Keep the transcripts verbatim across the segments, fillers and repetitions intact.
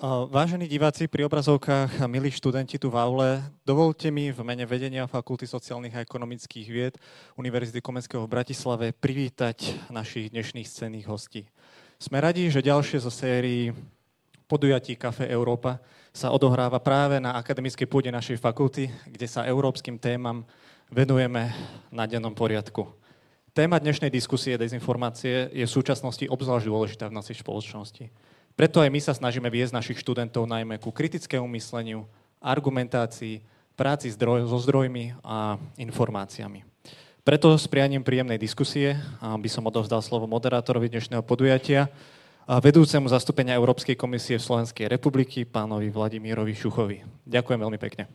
Vážení diváci pri obrazovkách a milí študenti tu v aule, dovolte mi v mene vedenia Fakulty sociálnych a ekonomických vied Univerzity Komenského v Bratislave privítať našich dnešných cenných hostí. Sme radi, že ďalšie zo sérii podujatí Café Európa sa odohráva práve na akademickej pôde našej fakulty, kde sa európskym témam venujeme na dennom poriadku. Téma dnešnej diskusie dezinformácie je v súčasnosti obzvlášť dôležitá v našej spoločnosti. Preto aj my sa snažíme viesť našich študentov najmä ku kritickému mysleniu, argumentácii, práci zdroj, so zdrojmi a informáciami. Preto s prianím príjemnej diskusie by som odovzdal slovo moderátorovi dnešného podujatia a vedúcemu zastúpenia Európskej komisie v Slovenskej republiky, pánovi Vladimírovi Šuchovi. Ďakujem veľmi pekne.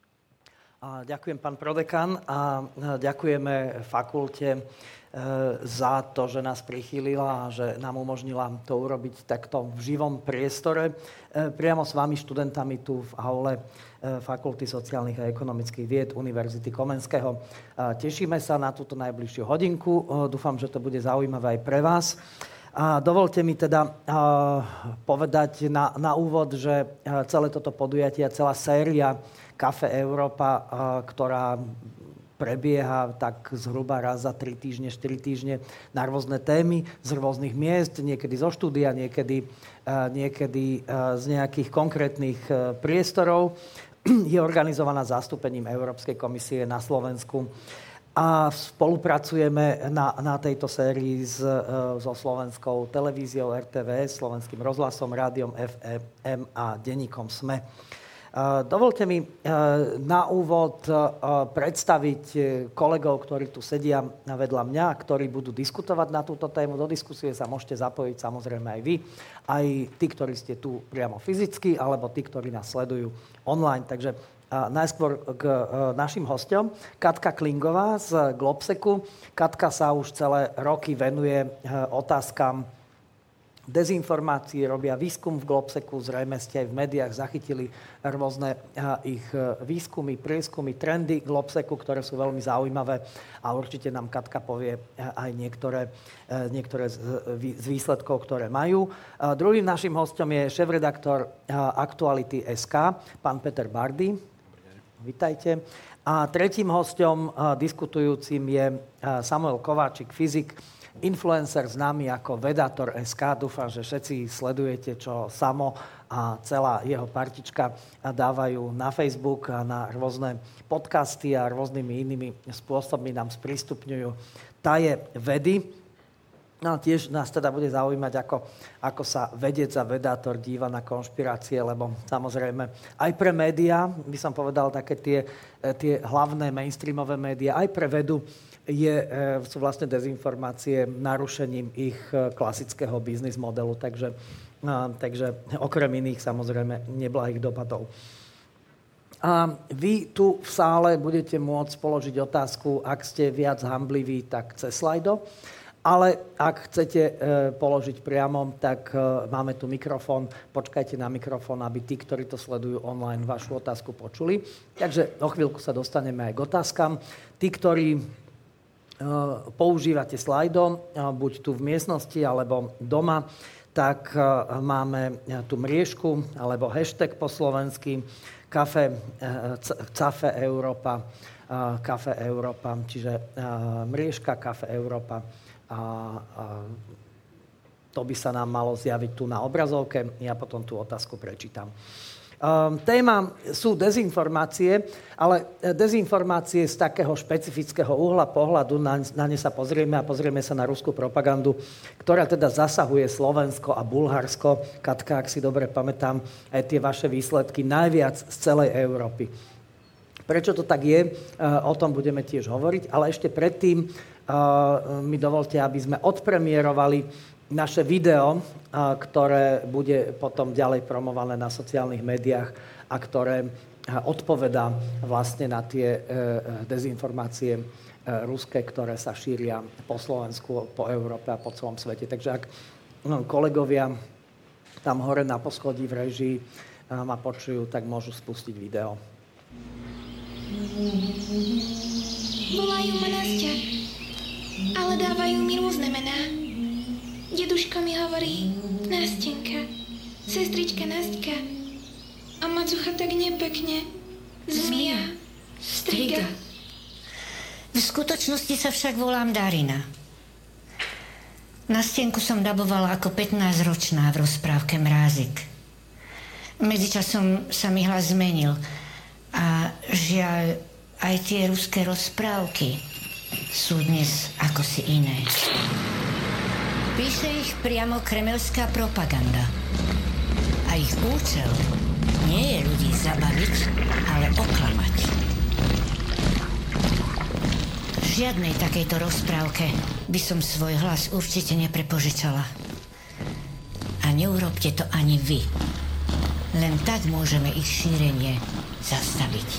Ďakujem, pán prodekan, a ďakujeme fakulte za to, že nás prichýlila a že nám umožnila to urobiť takto v živom priestore. Priamo s vami, študentami tu v aule Fakulty sociálnych a ekonomických vied Univerzity Komenského. Tešíme sa na túto najbližšiu hodinku. Dúfam, že to bude zaujímavé aj pre vás. A dovolte mi teda povedať na, na úvod, že celé toto podujatie, celá séria Café Európa, ktorá prebieha tak zhruba raz za tri týždne, štyri týždne na rôzne témy z rôznych miest, niekedy zo štúdia, niekedy, niekedy z nejakých konkrétnych priestorov. Je organizovaná zastúpením Európskej komisie na Slovensku a spolupracujeme na, na tejto sérii s, so slovenskou televíziou er té vé es, slovenským rozhlasom, rádiom ef em a denníkom SME. Dovolte mi na úvod predstaviť kolegov, ktorí tu sedia vedľa mňa, ktorí budú diskutovať na túto tému. Do diskusie sa môžete zapojiť samozrejme aj vy, aj tí, ktorí ste tu priamo fyzicky, alebo tí, ktorí nás sledujú online. Takže najskôr k našim hosťom. Katka Klingová z Globseku. Katka sa už celé roky venuje otázkam dezinformácií, robia výskum v Globseku, zrejme ste aj v médiách zachytili rôzne ich výskumy, prieskumy, trendy Globseku, ktoré sú veľmi zaujímavé a určite nám Katka povie aj niektoré, niektoré z výsledkov, ktoré majú. Druhým našim hostom je šéfredaktor Aktuality bodka es ká, pán Peter Bardy. Vitajte. A tretím hostom diskutujúcim je Samuel Kováčik, fyzik, influencer známy ako Vedator bodka es ká. Dúfam, že všetci sledujete, čo Samo a celá jeho partička dávajú na Facebook a na rôzne podcasty a rôznymi inými spôsobmi nám sprístupňujú taje vedy. No a tiež nás teda bude zaujímať, ako, ako sa vedec a vedátor díva na konšpirácie, lebo samozrejme aj pre médiá, by som povedal, také tie, tie hlavné mainstreamové médiá, aj pre vedu Je, sú vlastne dezinformácie narušením ich klasického biznis modelu, takže, takže okrem iných samozrejme neblahých dopadov. A vy tu v sále budete môcť položiť otázku, ak ste viac hambliví, tak cez slajdo, ale ak chcete položiť priamo, tak máme tu mikrofón, počkajte na mikrofón, aby tí, ktorí to sledujú online, vašu otázku počuli. Takže o chvíľku sa dostaneme aj k otázkam. Tí, ktorí používate slajdo, buď tu v miestnosti, alebo doma, tak máme tú mriežku, alebo hashtag po slovensky, Café, Café Európa, Café Európa, čiže mriežka Café Európa. A to by sa nám malo zjaviť tu na obrazovke, ja potom tú otázku prečítam. Téma sú dezinformácie, ale dezinformácie z takého špecifického uhla pohľadu, na, na ne sa pozrieme a pozrieme sa na ruskú propagandu, ktorá teda zasahuje Slovensko a Bulharsko. Katka, ak si dobre pamätám, aj tie vaše výsledky najviac z celej Európy. Prečo to tak je, o tom budeme tiež hovoriť, ale ešte predtým mi dovolte, aby sme odpremierovali naše video, ktoré bude potom ďalej promované na sociálnych médiách a ktoré odpovedá vlastne na tie dezinformácie ruské, ktoré sa šíria po Slovensku, po Európe a po celom svete. Takže ak kolegovia tam hore na poschodí v režii ma počujú, tak môžu spustiť video. Volajú ma Nastia, ale dávajú mi rôzne mená. Deduško mi hovorí Nastenka. Sestrička Nastka. A macucha tak nepekne. Zmia. Striga. V skutočnosti sa však volám Darina. Na stienku som dabovala ako pätnásťročná v rozprávke Mrázik. Medzičasom sa mi hlas zmenil a žiaľ aj tie ruské rozprávky sú dnes ako si iné. Píše ich priamo kremelská propaganda. A ich účel nie je ľudí zabaviť, ale oklamať. V žiadnej takejto rozprávke by som svoj hlas určite neprepožičala. A neurobte to ani vy. Len tak môžeme ich šírenie zastaviť.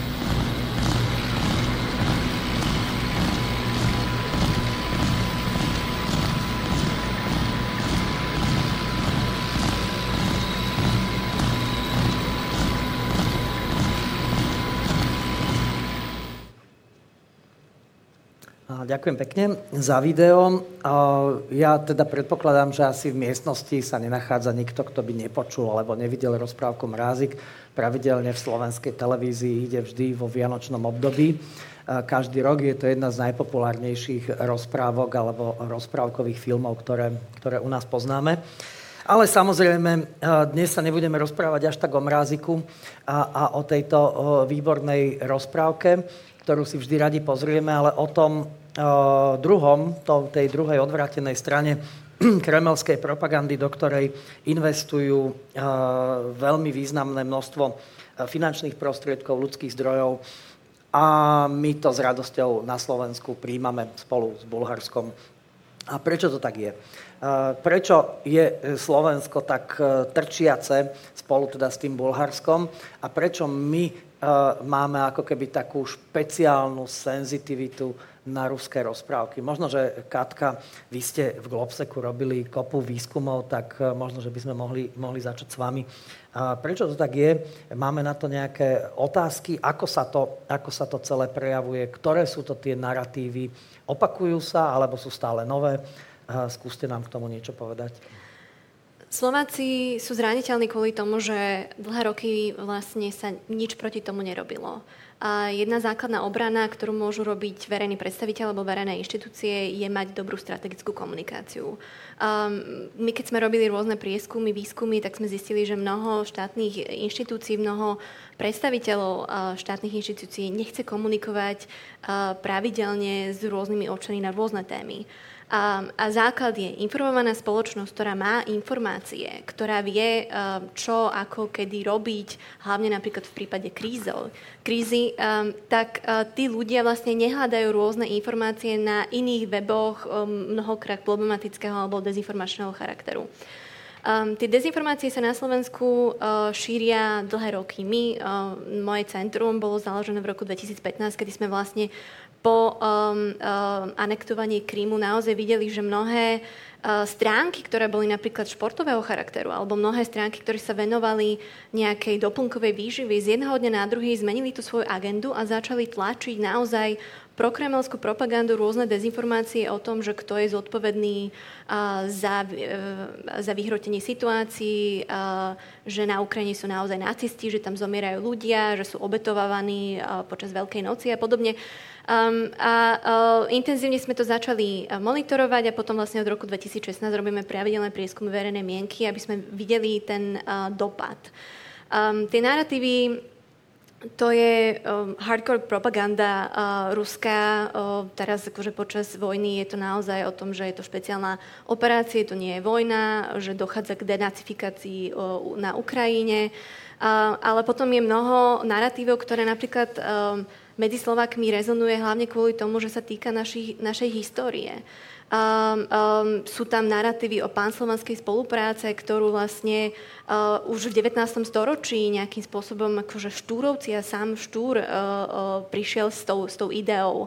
Ďakujem pekne za video. Ja teda predpokladám, že asi v miestnosti sa nenachádza nikto, kto by nepočul alebo nevidel rozprávku Mrázik. Pravidelne v slovenskej televízii ide vždy vo vianočnom období. Každý rok je to jedna z najpopulárnejších rozprávok alebo rozprávkových filmov, ktoré, ktoré u nás poznáme. Ale samozrejme, dnes sa nebudeme rozprávať až tak o Mráziku a, a o tejto výbornej rozprávke, ktorú si vždy radi pozrieme, ale o tom uh, druhom, to, tej druhej odvrátenej strane kremelskej propagandy, do ktorej investujú uh, veľmi významné množstvo uh, finančných prostriedkov, ľudských zdrojov a my to s radosťou na Slovensku príjmame spolu s Bulharskom. A prečo to tak je? Uh, prečo je Slovensko tak uh, trčiace spolu teda s tým Bulharskom a prečo my máme ako keby takú špeciálnu senzitivitu na ruské rozprávky. Možno, že Katka, vy ste v Globseku robili kopu výskumov, tak možno, že by sme mohli, mohli začať s vami. Prečo to tak je? Máme na to nejaké otázky? Ako sa to, ako sa to celé prejavuje? Ktoré sú to tie naratívy? Opakujú sa, alebo sú stále nové? Skúste nám k tomu niečo povedať. Slováci sú zraniteľní kvôli tomu, že dlhé roky vlastne sa nič proti tomu nerobilo. A jedna základná obrana, ktorú môžu robiť verejní predstaviteľ alebo verejné inštitúcie, je mať dobrú strategickú komunikáciu. Um, my keď sme robili rôzne prieskumy, výskumy, tak sme zistili, že mnoho štátnych inštitúcií, mnoho predstaviteľov uh, štátnych inštitúcií nechce komunikovať uh, pravidelne s rôznymi občanmi na rôzne témy. A, a základ je informovaná spoločnosť, ktorá má informácie, ktorá vie, čo, ako, kedy robiť, hlavne napríklad v prípade krízov, krízy, tak tí ľudia vlastne nehľadajú rôzne informácie na iných weboch mnohokrát problematického alebo dezinformačného charakteru. Um, tie dezinformácie sa na Slovensku uh, šíria dlhé roky. My, uh, moje centrum bolo založené v roku dvetisícpätnásť, kedy sme vlastne po um, uh, anektovaní Krymu naozaj videli, že mnohé uh, stránky, ktoré boli napríklad športového charakteru, alebo mnohé stránky, ktoré sa venovali nejakej doplnkovej výživy, z jedného dňa na druhý zmenili tú svoju agendu a začali tlačiť naozaj prokremelskú propagandu, rôzne dezinformácie o tom, že kto je zodpovedný uh, za, uh, za vyhrotenie situácií, uh, že na Ukrajine sú naozaj nacisti, že tam zomierajú ľudia, že sú obetovávaní uh, počas Veľkej noci a podobne. Um, a uh, intenzívne sme to začali monitorovať a potom vlastne od roku dvetisícšestnásť robíme pravidelné prieskumy verejnej mienky, aby sme videli ten uh, dopad. Um, tie naratívy, to je um, hardcore propaganda uh, ruská. Uh, teraz akože počas vojny je to naozaj o tom, že je to špeciálna operácia, to nie je vojna, že dochádza k denacifikácii uh, na Ukrajine. Uh, ale potom je mnoho naratívov, ktoré napríklad um, medzi Slovákmi rezonuje hlavne kvôli tomu, že sa týka naši, našej histórie. Um, um, sú tam naratívy o pánslovanskej spolupráce, ktorú vlastne uh, už v devätnástom storočí nejakým spôsobom akože Štúrovci a sám Štúr uh, uh, prišiel s tou, s tou ideou.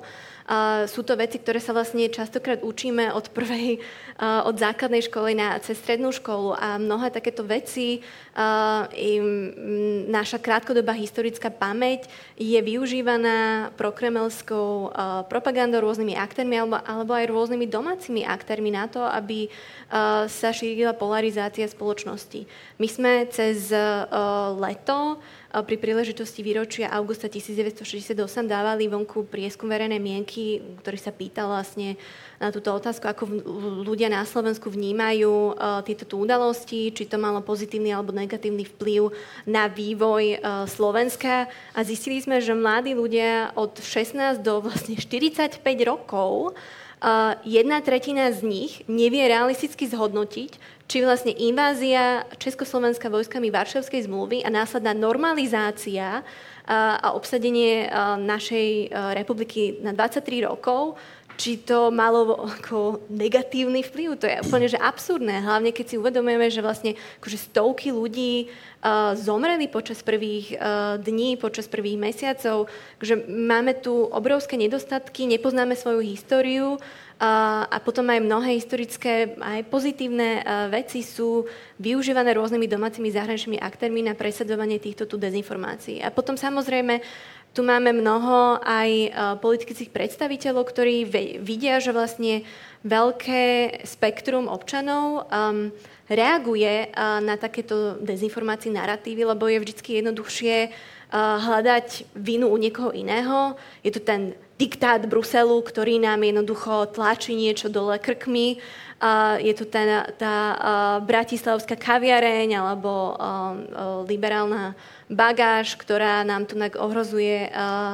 Uh, sú to veci, ktoré sa vlastne častokrát učíme od prvej, uh, od základnej školy na, cez strednú školu a mnohé takéto veci, uh, im, naša krátkodobá historická pamäť je využívaná prokremelskou uh, propagandou, rôznymi aktérmi alebo, alebo aj rôznymi domácimi aktérmi na to, aby uh, sa šírila polarizácia spoločnosti. My sme cez uh, leto pri príležitosti výročia augusta devätnásťstošesťdesiatosem dávali vonku prieskum verejnej mienky, ktorý sa pýtal vlastne na túto otázku, ako ľudia na Slovensku vnímajú uh, tieto tú udalosti, či to malo pozitívny alebo negatívny vplyv na vývoj uh, Slovenska. A zistili sme, že mladí ľudia od šestnásť do vlastne štyridsaťpäť rokov, uh, jedna tretina z nich nevie realisticky zhodnotiť, či vlastne invázia Československa vojskami Varšavskej zmluvy a následná normalizácia a, a obsadenie a, našej a, republiky na dvadsaťtri rokov, či to malo ako negatívny vplyv. To je úplne že absurdné. Hlavne keď si uvedomujeme, že vlastne akože stovky ľudí a, zomreli počas prvých a, dní, počas prvých mesiacov. Takže máme tu obrovské nedostatky, nepoznáme svoju históriu, a, a potom aj mnohé historické, aj pozitívne a, veci sú využívané rôznymi domácimi zahraničnými aktérmi na presadzovanie týchto tu dezinformácií. A potom samozrejme tu máme mnoho aj a, politických predstaviteľov, ktorí ve, vidia, že vlastne veľké spektrum občanov um, reaguje a, na takéto dezinformácie, narratívy, lebo je vždy jednoduchšie a, hľadať vinu u niekoho iného. Je to ten diktát Bruselu, ktorý nám jednoducho tlačí niečo dole krkmi. Uh, je tu tá, tá uh, bratislavská kaviareň alebo uh, uh, liberálna bagáž, ktorá nám tu ohrozuje uh,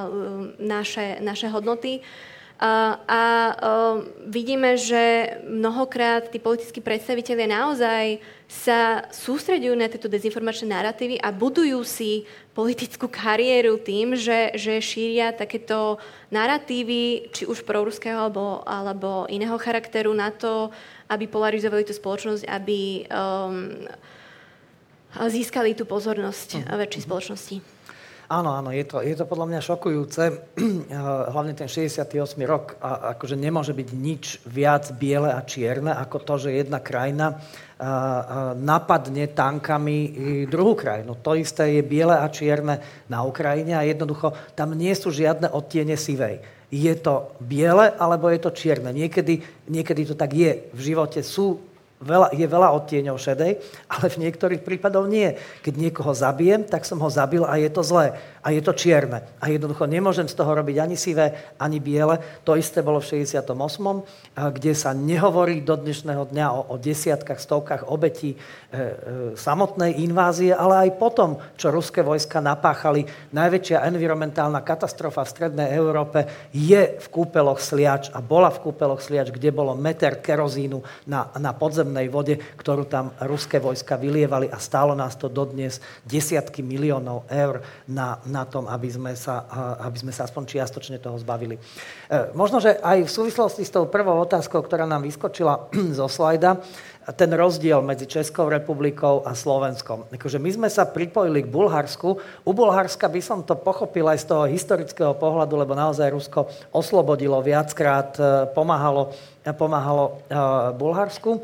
naše, naše hodnoty. Uh, a uh, vidíme, že mnohokrát tí politickí predstavitelia naozaj sa sústreďujú na tieto dezinformačné narratívy a budujú si politickú kariéru tým, že, že šíria takéto narratívy, či už proruského alebo, alebo iného charakteru na to, aby polarizovali tú spoločnosť, aby um, získali tú pozornosť uh, väčšej spoločnosti. Áno, áno, je to, je to podľa mňa šokujúce. Hlavne ten šesťdesiaty ôsmy rok, a akože nemôže byť nič viac biele a čierne, ako to, že jedna krajina napadne tankami druhú krajinu. To isté je biele a čierne na Ukrajine a jednoducho tam nie sú žiadne odtiene sivej. Je to biele, alebo je to čierne. Niekedy, niekedy to tak je. V živote sú Veľa, je veľa odtieňov šedej, ale v niektorých prípadoch nie. Keď niekoho zabijem, tak som ho zabil a je to zlé. A je to čierne. A jednoducho nemôžem z toho robiť ani sivé, ani biele. To isté bolo v šesťdesiatom ôsmom, kde sa nehovorí do dnešného dňa o, o desiatkách, stovkách obetí e, e, samotnej invázie, ale aj potom, čo ruské vojska napáchali. Najväčšia environmentálna katastrofa v strednej Európe je v kúpeloch Sliač a bola v kúpeloch Sliač, kde bolo meter kerozínu na, na podzemnej vode, ktorú tam ruské vojska vylievali a stálo nás to dodnes desiatky miliónov eur na, na tom, aby sme, sa, aby sme sa aspoň čiastočne toho zbavili. E, možno, že aj v súvislosti s tou prvou otázkou, ktorá nám vyskočila zo slajda, ten rozdiel medzi Českou republikou a Slovenskom. Akože my sme sa pripojili k Bulharsku. U Bulharska by som to pochopil aj z toho historického pohľadu, lebo naozaj Rusko oslobodilo viackrát, pomáhalo, pomáhalo Bulharsku.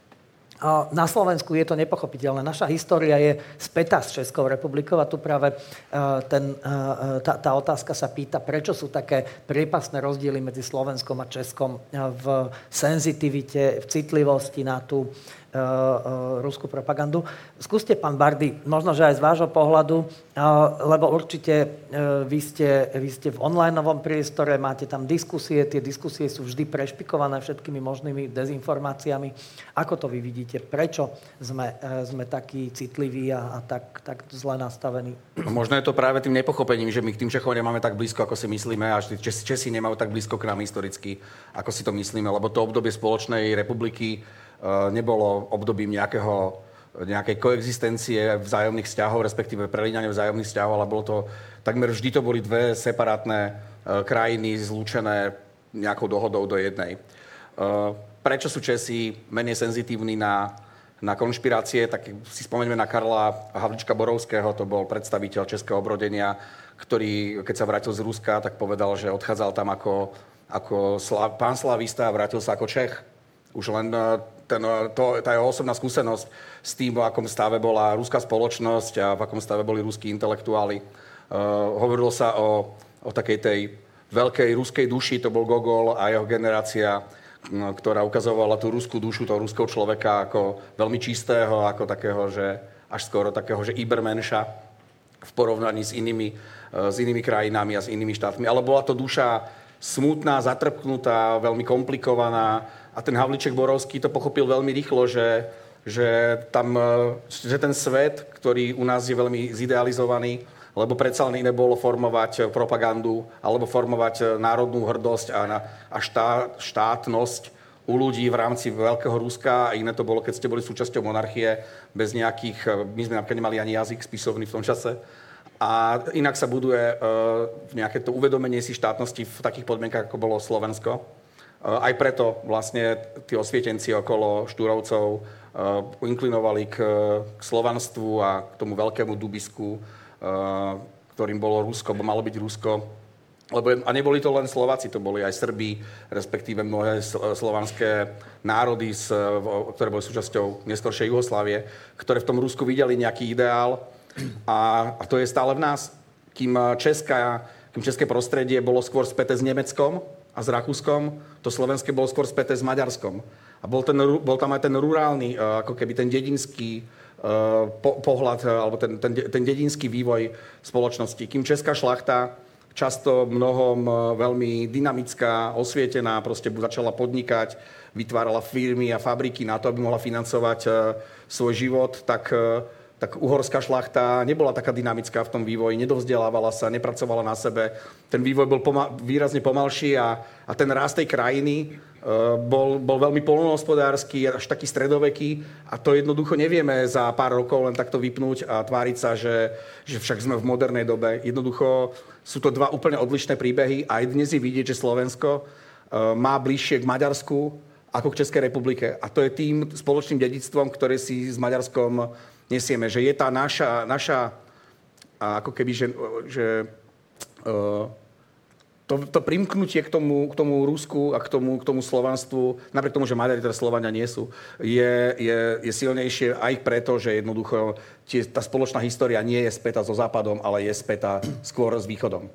Na Slovensku je to nepochopiteľné. Naša história je spätá s Českou republikou a tu práve ten, tá, tá otázka sa pýta, prečo sú také priepasné rozdiely medzi Slovenskom a Českom v senzitivite, v citlivosti na tú Uh, uh, ruskú propagandu. Skúste, pán Bardy, možno, že aj z vášho pohľadu, uh, lebo určite uh, vy, ste, vy ste v onlineovom priestore, máte tam diskusie, tie diskusie sú vždy prešpikované všetkými možnými dezinformáciami. Ako to vy vidíte? Prečo sme, uh, sme takí citliví a, a tak, tak zle nastavení? Možno je to práve tým nepochopením, že my k tým Čechom nemáme tak blízko, ako si myslíme, a Česi, Česi nemajú tak blízko k nám historicky, ako si to myslíme, lebo to obdobie spoločnej republiky nebolo obdobím nejakého, nejakej koexistencie vzájomných vzťahov, respektíve prelínania vzájomných vzťahov, ale bolo to, takmer vždy to boli dve separátne krajiny zlúčené nejakou dohodou do jednej. Prečo sú Česi menej senzitívni na, na konšpirácie? Tak si spomeňme na Karla Havlíčka-Borovského, to bol predstaviteľ českého obrodenia, ktorý, keď sa vrátil z Ruska, tak povedal, že odchádzal tam ako ako sla, pán slavista a vrátil sa ako Čech. Už len ten, to, tá jeho osobná skúsenosť s tým, v akom stave bola ruská spoločnosť a v akom stave boli ruskí intelektuáli. Uh, hovorilo sa o, o takej tej veľkej ruskej duši, to bol Gogol a jeho generácia, ktorá ukazovala tú ruskú dušu, toho ruského človeka ako veľmi čistého, ako takého, že až skoro takého, že Ibermenša v porovnaní s inými, s inými krajinami a s inými štátmi. Ale bola to duša smutná, zatrpknutá, veľmi komplikovaná a ten Havlíček Borovský to pochopil veľmi rýchlo, že, že, tam, že ten svet, ktorý u nás je veľmi zidealizovaný, lebo predsa len iné bolo formovať propagandu alebo formovať národnú hrdosť a, na, a štát, štátnosť u ľudí v rámci Veľkého Ruska a iné to bolo, keď ste boli súčasťou monarchie bez nejakých, my sme napríklad nemali ani jazyk spisovný v tom čase. A inak sa buduje uh, nejaké to uvedomenie si štátnosti v takých podmienkach, ako bolo Slovensko. Uh, aj preto vlastne tí osvietenci okolo Štúrovcov uh, inklinovali k, k slovanstvu a k tomu veľkému dubisku, uh, ktorým bolo Rusko, bo malo byť Rusko. Lebo, a neboli to len Slováci, to boli aj Srbi, respektíve mnohé slovanské národy, ktoré boli súčasťou neskoršej Juhoslávie, ktoré v tom Rusku videli nejaký ideál a, a to je stále v nás. Kým, Česká, kým české prostredie bolo skôr späté s Nemeckom a s Rakúskom, to slovenské bolo skôr späté s Maďarskom. A bol, ten, bol tam aj ten rurálny, ako keby ten dedinský po, pohľad, alebo ten, ten, ten dedinský vývoj spoločnosti. Kým česká šlachta často mnohom veľmi dynamická, osvietená, proste začala podnikať, vytvárala firmy a fabriky na to, aby mohla financovať svoj život, tak, tak uhorská šlachta nebola taká dynamická v tom vývoji, nedovzdelávala sa, nepracovala na sebe. Ten vývoj bol poma- výrazne pomalší a, a ten rast tej krajiny bol, bol veľmi poľnohospodársky, až taký stredoveký a to jednoducho nevieme za pár rokov len takto vypnúť a tváriť sa, že, že však sme v modernej dobe. Jednoducho sú to dva úplne odlišné príbehy a aj dnes je vidieť, že Slovensko uh, má bližšie k Maďarsku ako k Českej republike. A to je tým spoločným dedičstvom, ktoré si s Maďarskom nesieme. Že je tá naša, naša uh, ako keby, že, že uh, to, to primknutie k tomu, k tomu Rusku a k tomu, k tomu slovanstvu, napriek tomu, že Maďari teda Slovania nie sú, je, je, je silnejšie aj preto, že jednoducho tie, tá spoločná história nie je spätá so Západom, ale je spätá skôr s Východom.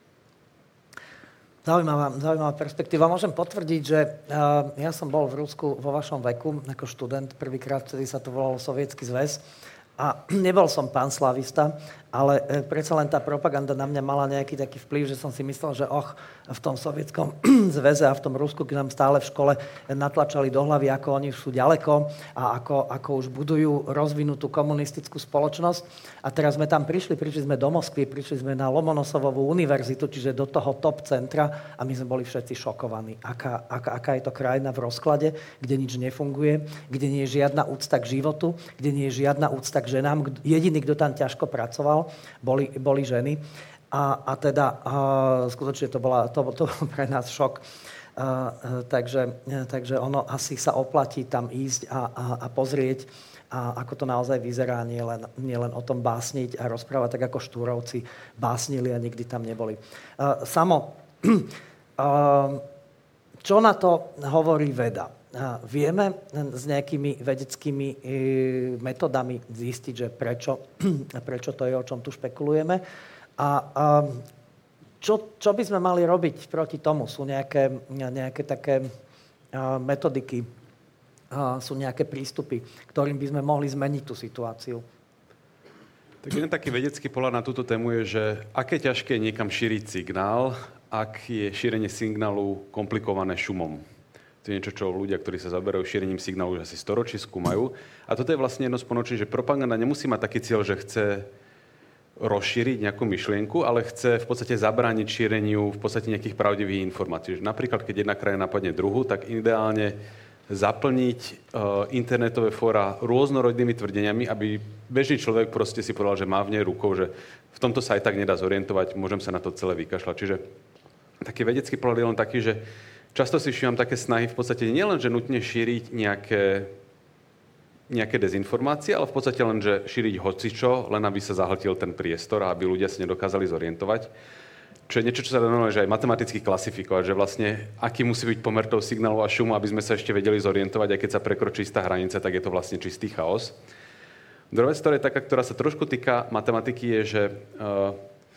Zaujímavá, zaujímavá perspektíva. Môžem potvrdiť, že uh, ja som bol v Rusku vo vašom veku ako študent. Prvýkrát, vtedy sa to volalo Sovietsky zväz. A nebol som panslavista, ale predsa len tá propaganda na mňa mala nejaký taký vplyv, že som si myslel, že och, v tom sovietskom zväze a v tom Rusku, keď nám stále v škole natlačali do hlavy, ako oni sú ďaleko a ako, ako už budujú rozvinutú komunistickú spoločnosť. A teraz sme tam prišli, prišli sme do Moskvy, prišli sme na Lomonosovovú univerzitu, čiže do toho top centra a my sme boli všetci šokovaní. Aká, aká, aká je to krajina v rozklade, kde nič nefunguje, kde nie je žiadna úcta k životu, kde nie je žiadna úcta k ženám. Jediný, kto tam ťažko pracoval, boli, boli ženy. A, a teda a, skutočne to, bola, to, to bol pre nás šok. A, a, takže, takže ono asi sa oplatí tam ísť a, a, a pozrieť, a ako to naozaj vyzerá, nie len, nie len o tom básniť a rozprávať, tak ako Štúrovci básnili a nikdy tam neboli. A, samo, a, čo na to hovorí veda? A vieme s nejakými vedeckými e, metodami zistiť, že prečo, prečo to je, o čom tu špekulujeme. A, a čo, čo by sme mali robiť proti tomu? Sú nejaké, nejaké také a, metodiky, a, sú nejaké prístupy, ktorým by sme mohli zmeniť tú situáciu? Tak jeden taký vedecký pohľad na túto tému je, že aké ťažké je niekam šíriť signál, ak je šírenie signálu komplikované šumom. To je niečo, čo ľudia, ktorí sa zaberajú šírením signálu, už asi storočí skúmajú. A toto je vlastne jedno z ponočí, že propaganda nemusí mať taký cieľ, že chce rozšíriť nejakú myšlienku, ale chce v podstate zabrániť šíreniu v podstate nejakých pravdivých informácií. Napríklad, keď jedna krajina napadne druhú, tak ideálne zaplniť uh, internetové fóra rôznorodnými tvrdeniami, aby bežný človek proste si povedal, že mávne rukou, že v tomto sa aj tak nedá zorientovať, môžem sa na to celé vykašľať. Čiže taký vedecký pohľad je len taký, že často si všímam také snahy v podstate nielen, že nutne šíriť nejaké, nejaké dezinformácie, ale v podstate len, že šíriť hocičo, len aby sa zahltil ten priestor a aby ľudia si nedokázali zorientovať. čo je niečo, čo sa dá normálne, že aj matematicky klasifikovať, že vlastne aký musí byť pomer toho signálu a šumu, aby sme sa ešte vedeli zorientovať, aj keď sa prekročí tá hranica, tak je to vlastne čistý chaos. Druhá vec, ktorá je taká, ktorá sa trošku týka matematiky, je, že uh,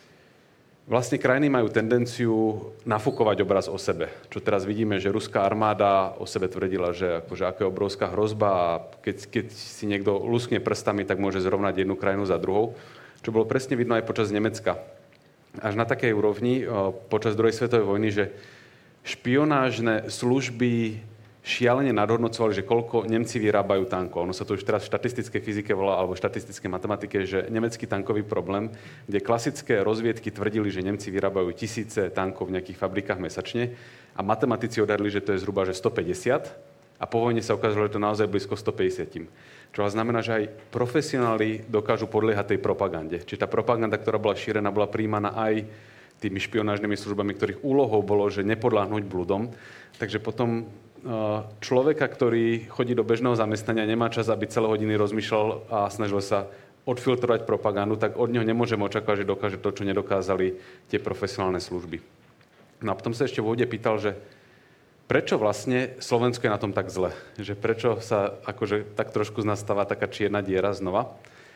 vlastne krajiny majú tendenciu nafúkovať obraz o sebe. Čo teraz vidíme, že ruská armáda o sebe tvrdila, že akože aká je obrovská hrozba a keď, keď si niekto luskne prstami, tak môže zrovnať jednu krajinu za druhou. Čo bolo presne vidno aj počas Nemecka. Až na takej úrovni počas druhej svetovej vojny, že špionážne služby šialene nadhodnocovali, že koľko Nemci vyrábajú tankov. Ono sa to už teraz v štatistickej fyzike volá, alebo v štatistickej matematike, že nemecký tankový problém, kde klasické rozviedky tvrdili, že Nemci vyrábajú tisíce tankov v nejakých fabrikách mesačne a matematici odhadli, že to je zhruba že stopäťdesiat a po vojne sa ukázalo, že to naozaj blízko stopäťdesiat. Čo znamená, že aj profesionáli dokážu podliehať tej propagande. Čiže tá propaganda, ktorá bola šírená, bola príjmaná aj tými špionážnymi službami, ktorých úlohou bolo, že nepodľahnúť bludom. Takže potom človeka, ktorý chodí do bežného zamestnania, nemá čas, aby celé hodiny rozmýšľal a snažil sa odfiltrovať propagandu, tak od neho nemôžeme očakávať, že dokáže to, čo nedokázali tie profesionálne služby. No a potom sa ešte v úvode pýtal, že prečo vlastne Slovensko je na tom tak zle? Že prečo sa akože tak trošku z nás stáva taká čierna diera znova?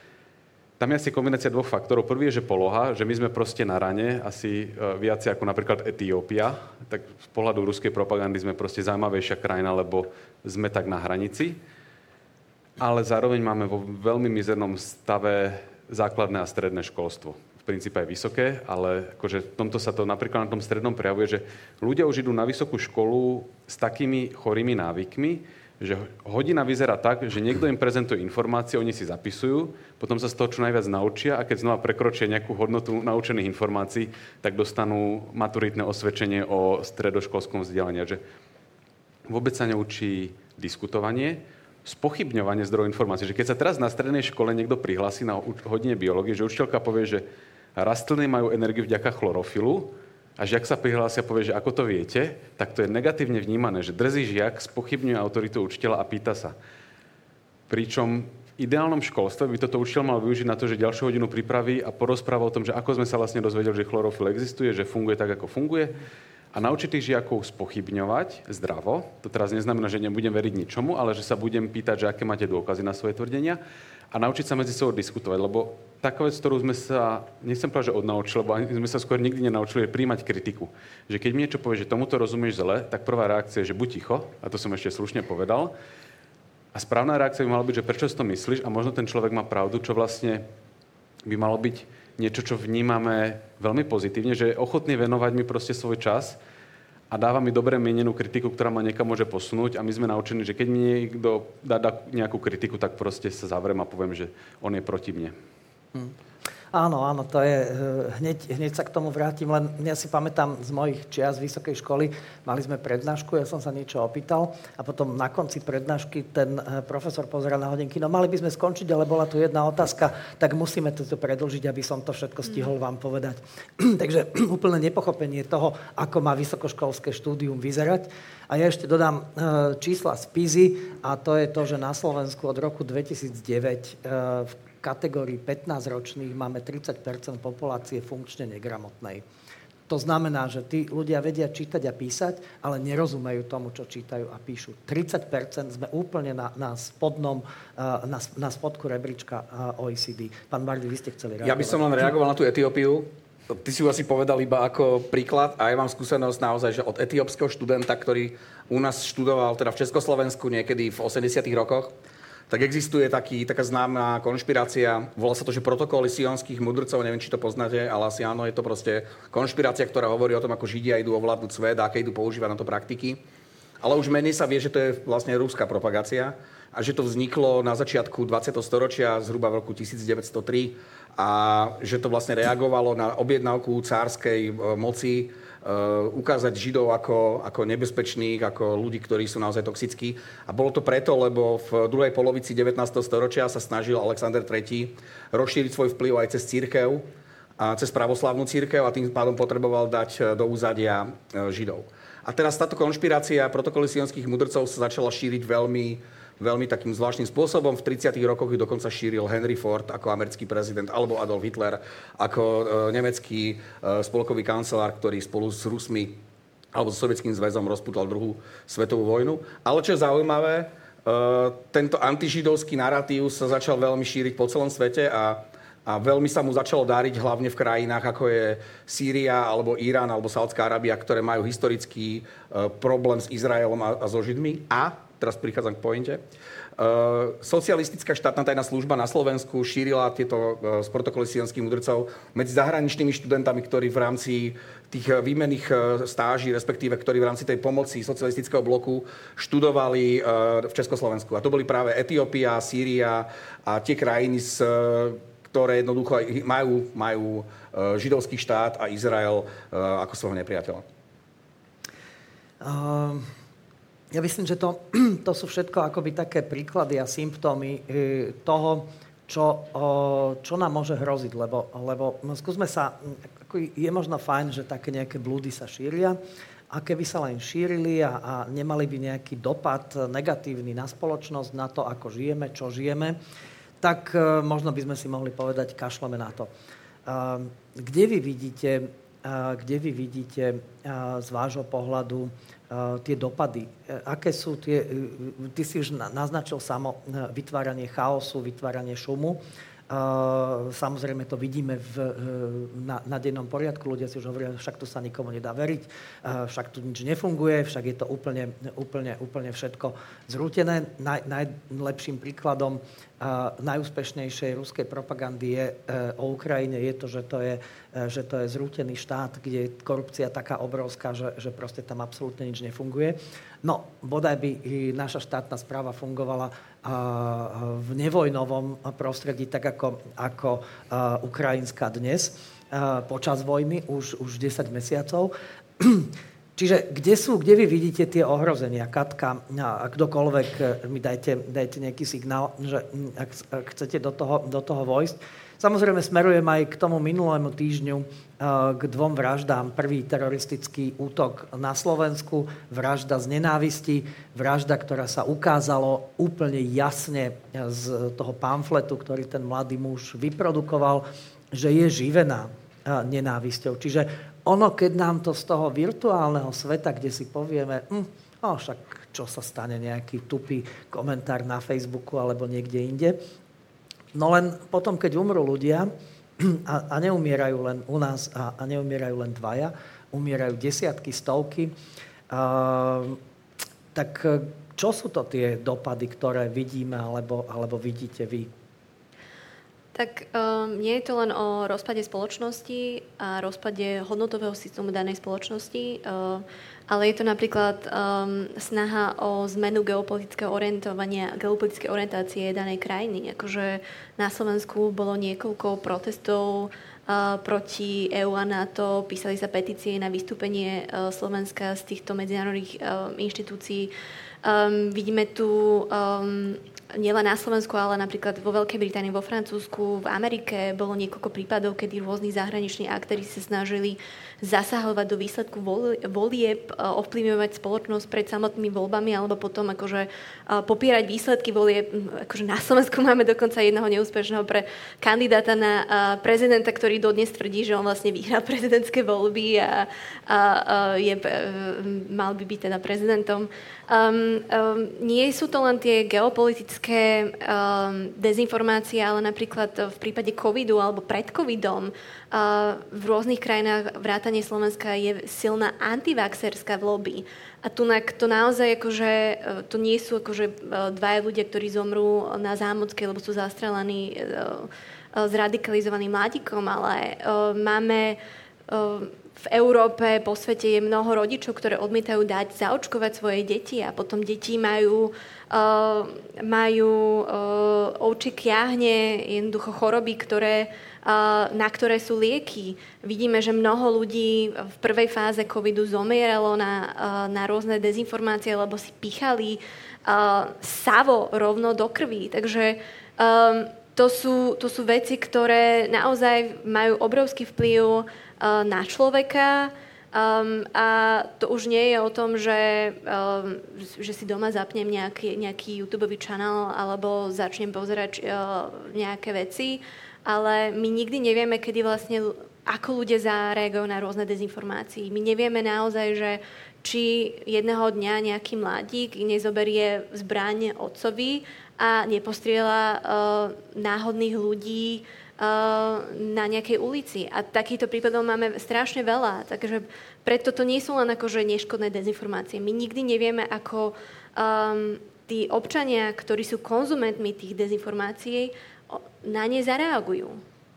Tam je asi kombinácia dvoch faktorov. Prvý je, že poloha, že my sme proste na rane, asi viacej ako napríklad Etiópia. Tak z pohľadu ruskej propagandy sme proste zaujímavejšia krajina, lebo sme tak na hranici. Ale zároveň máme vo veľmi mizernom stave základné a stredné školstvo. V princípe je vysoké, ale akože v tomto sa to napríklad na tom strednom prejavuje, že ľudia už idú na vysokú školu s takými chorými návykmi, že hodina vyzerá tak, že niekto im prezentuje informácie, oni si zapisujú, potom sa z toho čo najviac naučia a keď znova prekročia nejakú hodnotu naučených informácií, tak dostanú maturitné osvedčenie o stredoškolskom vzdelaní. Že vôbec sa neučí diskutovanie, spochybňovanie zdrojov informácií. Že keď sa teraz na strednej škole niekto prihlási na hodine biológie, že učiteľka povie, že rastliny majú energiu vďaka chlorofilu a žiak sa prihlásia a povie, že ako to viete, tak to je negatívne vnímané, že drzý žiak spochybňuje autoritu učiteľa a pýta sa. Pričom v ideálnom školstve by toto učiteľ mal využiť na to, že ďalšiu hodinu pripraví a porozpráva o tom, že ako sme sa vlastne dozvedeli, že chlorofil existuje, že funguje tak, ako funguje a naučiť tých žiakov spochybňovať zdravo. To teraz neznamená, že nebudem veriť ničomu, ale že sa budem pýtať, že aké máte dôkazy na svoje tvrdenia a naučiť sa medzi sebou diskutovať, lebo taká vec, ktorú sme sa, nechcem povedať, že odnaučili, lebo sme sa skôr nikdy nenaučili, je príjmať kritiku. Že keď mi niečo povie, že tomuto rozumieš zle, tak prvá reakcia je, že buď ticho, a to som ešte slušne povedal, a správna reakcia by mala byť, že prečo si to myslíš a možno ten človek má pravdu, čo vlastne by malo byť niečo, čo vnímame veľmi pozitívne, že je ochotný venovať mi proste svoj čas a dáva mi dobre mienenú kritiku, ktorá ma niekam môže posunúť a my sme naučení, že keď mi niekto dá, dá nejakú kritiku, tak proste sa zavriem a poviem, že on je proti mne. Hmm. Áno, áno, to je, hneď, hneď sa k tomu vrátim, len ja si pamätám z mojich čias vysokej školy, mali sme prednášku, ja som sa niečo opýtal a potom na konci prednášky ten profesor pozeral na hodinky, no mali by sme skončiť, ale bola tu jedna otázka, tak musíme to predĺžiť, aby som to všetko stihol vám povedať. Takže úplne nepochopenie toho, ako má vysokoškolské štúdium vyzerať. A ja ešte dodám čísla z PISY a to je to, že na Slovensku od roku dvetisícdeväť v kategórii pätnásťročných máme tridsať percent populácie funkčne negramotnej. To znamená, že tí ľudia vedia čítať a písať, ale nerozumejú tomu, čo čítajú a píšu. tridsať percent sme úplne na, na, spodnom, na, na spodku rebríčka ó é cé dé. Pán Bardy, vy ste chceli reagovať. Ja by som len reagoval na tú Etiópiu. Ty si ju asi povedal iba ako príklad a ja mám skúsenosť naozaj, že od etiópskeho študenta, ktorý u nás študoval teda v Československu niekedy v osemdesiatych rokoch, tak existuje taký, taká známa konšpirácia, volá sa to, že protokoly sionských mudrcov, neviem, či to poznáte, ale asi áno, je to proste konšpirácia, ktorá hovorí o tom, ako Židia idú ovládnuť svet a aké idú používať na to praktiky. Ale už menej sa vie, že to je vlastne ruská propagácia a že to vzniklo na začiatku dvadsiateho storočia, zhruba v roku devätnásťstotri a že to vlastne reagovalo na objednávku cárskej moci Uh, ukázať Židov ako, ako nebezpečných, ako ľudí, ktorí sú naozaj toxickí. A bolo to preto, lebo v druhej polovici devätnásteho storočia sa snažil Alexander tretí rozšíriť svoj vplyv aj cez cirkev, a cez pravoslávnu cirkev a tým pádom potreboval dať do úzadia Židov. A teraz táto konšpirácia protokoly sionských mudrcov sa začala šíriť veľmi veľmi takým zvláštnym spôsobom. V tridsiatych rokoch ju dokonca šíril Henry Ford ako americký prezident, alebo Adolf Hitler ako e, nemecký e, spolkový kancelár, ktorý spolu s Rusmi alebo s Sovietským zväzom rozputal druhú svetovú vojnu. Ale čo je zaujímavé, e, tento antižidovský narratív sa začal veľmi šíriť po celom svete a A veľmi sa mu začalo dáriť hlavne v krajinách, ako je Sýria, alebo Irán, alebo Saudská Arábia, ktoré majú historický uh, problém s Izraelom a, a so Židmi. A, teraz prichádzam k pointe, uh, socialistická štátna tajná služba na Slovensku šírila tieto uh, z protokoly sienských mudrcov medzi zahraničnými študentami, ktorí v rámci tých výmenných stáží, respektíve ktorí v rámci tej pomoci socialistického bloku študovali uh, v Československu. A to boli práve Etiópia, Sýria a tie krajiny s ktoré jednoducho majú, majú uh, židovský štát a Izrael uh, ako svojho nepriateľa. Uh, ja myslím, že to, to sú všetko akoby také príklady a symptómy uh, toho, čo, uh, čo nám môže hroziť. Lebo, lebo no, skúsme sa, ako je možno fajn, že také nejaké blúdy sa šíria, a keby sa len šírili a, a nemali by nejaký dopad negatívny na spoločnosť, na to, ako žijeme, čo žijeme, tak uh, možno by sme si mohli povedať, kašleme na to. Uh, kde vy vidíte, uh, kde vy vidíte uh, z vášho pohľadu uh, tie dopady? Uh, aké sú tie, uh, ty si už naznačil samo uh, vytváranie chaosu, vytváranie šumu. Uh, samozrejme to vidíme v, uh, na, na dennom poriadku. Ľudia si už hovoria, však tu sa nikomu nedá veriť, uh, však tu nič nefunguje, však je to úplne, úplne, úplne všetko zrútené. Naj, najlepším príkladom uh, najúspešnejšej ruskej propagandy je, uh, o Ukrajine je to, že to je, uh, že to je zrútený štát, kde je korupcia taká obrovská, že, že proste tam absolútne nič nefunguje. No, bodaj by naša štátna správa fungovala v nevojnovom prostredí, tak ako, ako ukrajinská dnes, počas vojny, už, už desať mesiacov. Čiže kde sú, kde vy vidíte tie ohrozenia? Katka, a kdokoľvek, mi dajte, dajte nejaký signál, že ak, ak chcete do toho, do toho vojsť. Samozrejme, smerujem aj k tomu minulému týždňu k dvom vraždám. Prvý teroristický útok na Slovensku, vražda z nenávisti, vražda, ktorá sa ukázalo úplne jasne z toho pamfletu, ktorý ten mladý muž vyprodukoval, že je živená nenávisťou. Čiže ono, keď nám to z toho virtuálneho sveta, kde si povieme, hm, oh, však čo sa stane, nejaký tupý komentár na Facebooku alebo niekde inde. No len potom, keď umrú ľudia, a, a neumierajú len u nás, a, a neumierajú len dvaja, umierajú desiatky, stovky, a, tak čo sú to tie dopady, ktoré vidíme alebo, alebo vidíte vy? Tak um, nie je to len o rozpade spoločnosti a rozpade hodnotového systému danej spoločnosti, um, ale je to napríklad um, snaha o zmenu geopolitického orientovania, geopolitickej orientácie danej krajiny. Akože na Slovensku bolo niekoľko protestov uh, proti é ú a NATO, písali sa petície na vystúpenie uh, Slovenska z týchto medzinárodných uh, inštitúcií. Um, vidíme tu um, nielen na Slovensku, ale napríklad vo Veľkej Británii, vo Francúzsku, v Amerike bolo niekoľko prípadov, kedy rôzni zahraniční aktéri sa snažili zasahovať do výsledku volieb, ovplyvňovať spoločnosť pred samotnými voľbami alebo potom akože popierať výsledky volieb. Akože na Slovensku máme dokonca jedného neúspešného pre kandidáta na prezidenta, ktorý dodnes tvrdí, že on vlastne vyhral prezidentské voľby a, a, a je, mal by byť teda prezidentom. Um, um, nie sú to len tie geopolitické um, dezinformácie, ale napríklad v prípade covidu alebo pred covidom uh, v rôznych krajinách vrátane Slovenska je silná antivaxerská lobby. A tu to naozaj akože, to nie sú akože dvaja ľudia, ktorí zomrú na Zámockej, lebo sú zastrelaní uh, zradikalizovaným mladíkom, ale uh, máme uh, v Európe, po svete je mnoho rodičov, ktoré odmietajú dať zaočkovať svoje deti a potom deti majú, uh, majú uh, ovčie kiahne, jednoducho choroby, ktoré, uh, na ktoré sú lieky. Vidíme, že mnoho ľudí v prvej fáze covidu zomieralo na, uh, na rôzne dezinformácie, lebo si pichali uh, savo rovno do krvi. Takže um, to sú, to sú veci, ktoré naozaj majú obrovský vplyv na človeka Um, a to už nie je o tom, že, um, že si doma zapnem nejaký, nejaký YouTubeový kanál alebo začnem pozerať uh, nejaké veci, ale my nikdy nevieme, kedy vlastne, ako ľudia zareagujú na rôzne dezinformácie. My nevieme naozaj, že či jedného dňa nejaký mladík nezoberie zbraň otcovi a nepostrieľa uh, náhodných ľudí na nejakej ulici. A takýchto prípadov máme strašne veľa. Takže preto to nie sú len akože neškodné dezinformácie. My nikdy nevieme, ako um, tí občania, ktorí sú konzumentmi tých dezinformácií, na ne zareagujú.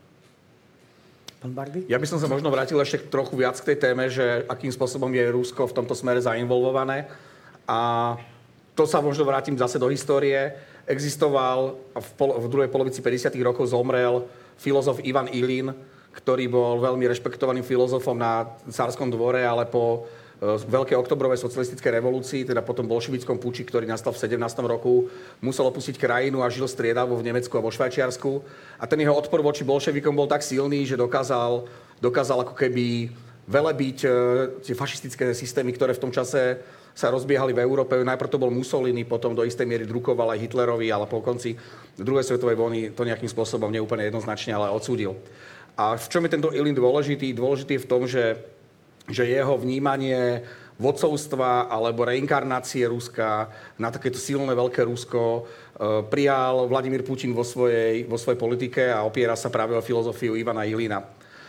Pán Bardy? Ja by som sa možno vrátil ešte trochu viac k tej téme, že akým spôsobom je Rusko v tomto smere zainvolvované. A to sa možno vrátim zase do histórie. Existoval a v, pol- v druhej polovici päťdesiatych rokov zomrel filozof Ivan Ilin, ktorý bol veľmi rešpektovaným filozofom na cárskom dvore, ale po e, veľkej oktobrovej socialistickej revolúcii, teda potom bolševickom puči, ktorý nastal v sedemnástom roku, musel opustiť krajinu a žil striedavo v Nemecku a vo Švajčiarsku. A ten jeho odpor voči bolševikom bol tak silný, že dokázal, dokázal ako keby velebiť e, tie fašistické systémy, ktoré v tom čase sa rozbiehali v Európe. Najprv to bol Mussolini, potom do istej miery drukoval aj Hitlerovi, ale po konci druhej svetovej vojny to nejakým spôsobom neúplne jednoznačne, ale odsúdil. A v čom je tento Ilin dôležitý? Dôležitý je v tom, že, že jeho vnímanie vodcovstva alebo reinkarnácie Ruska na takéto silné veľké Rusko prijal Vladimír Putin vo svojej, vo svojej politike a opiera sa práve o filozofiu Ivana Ilina.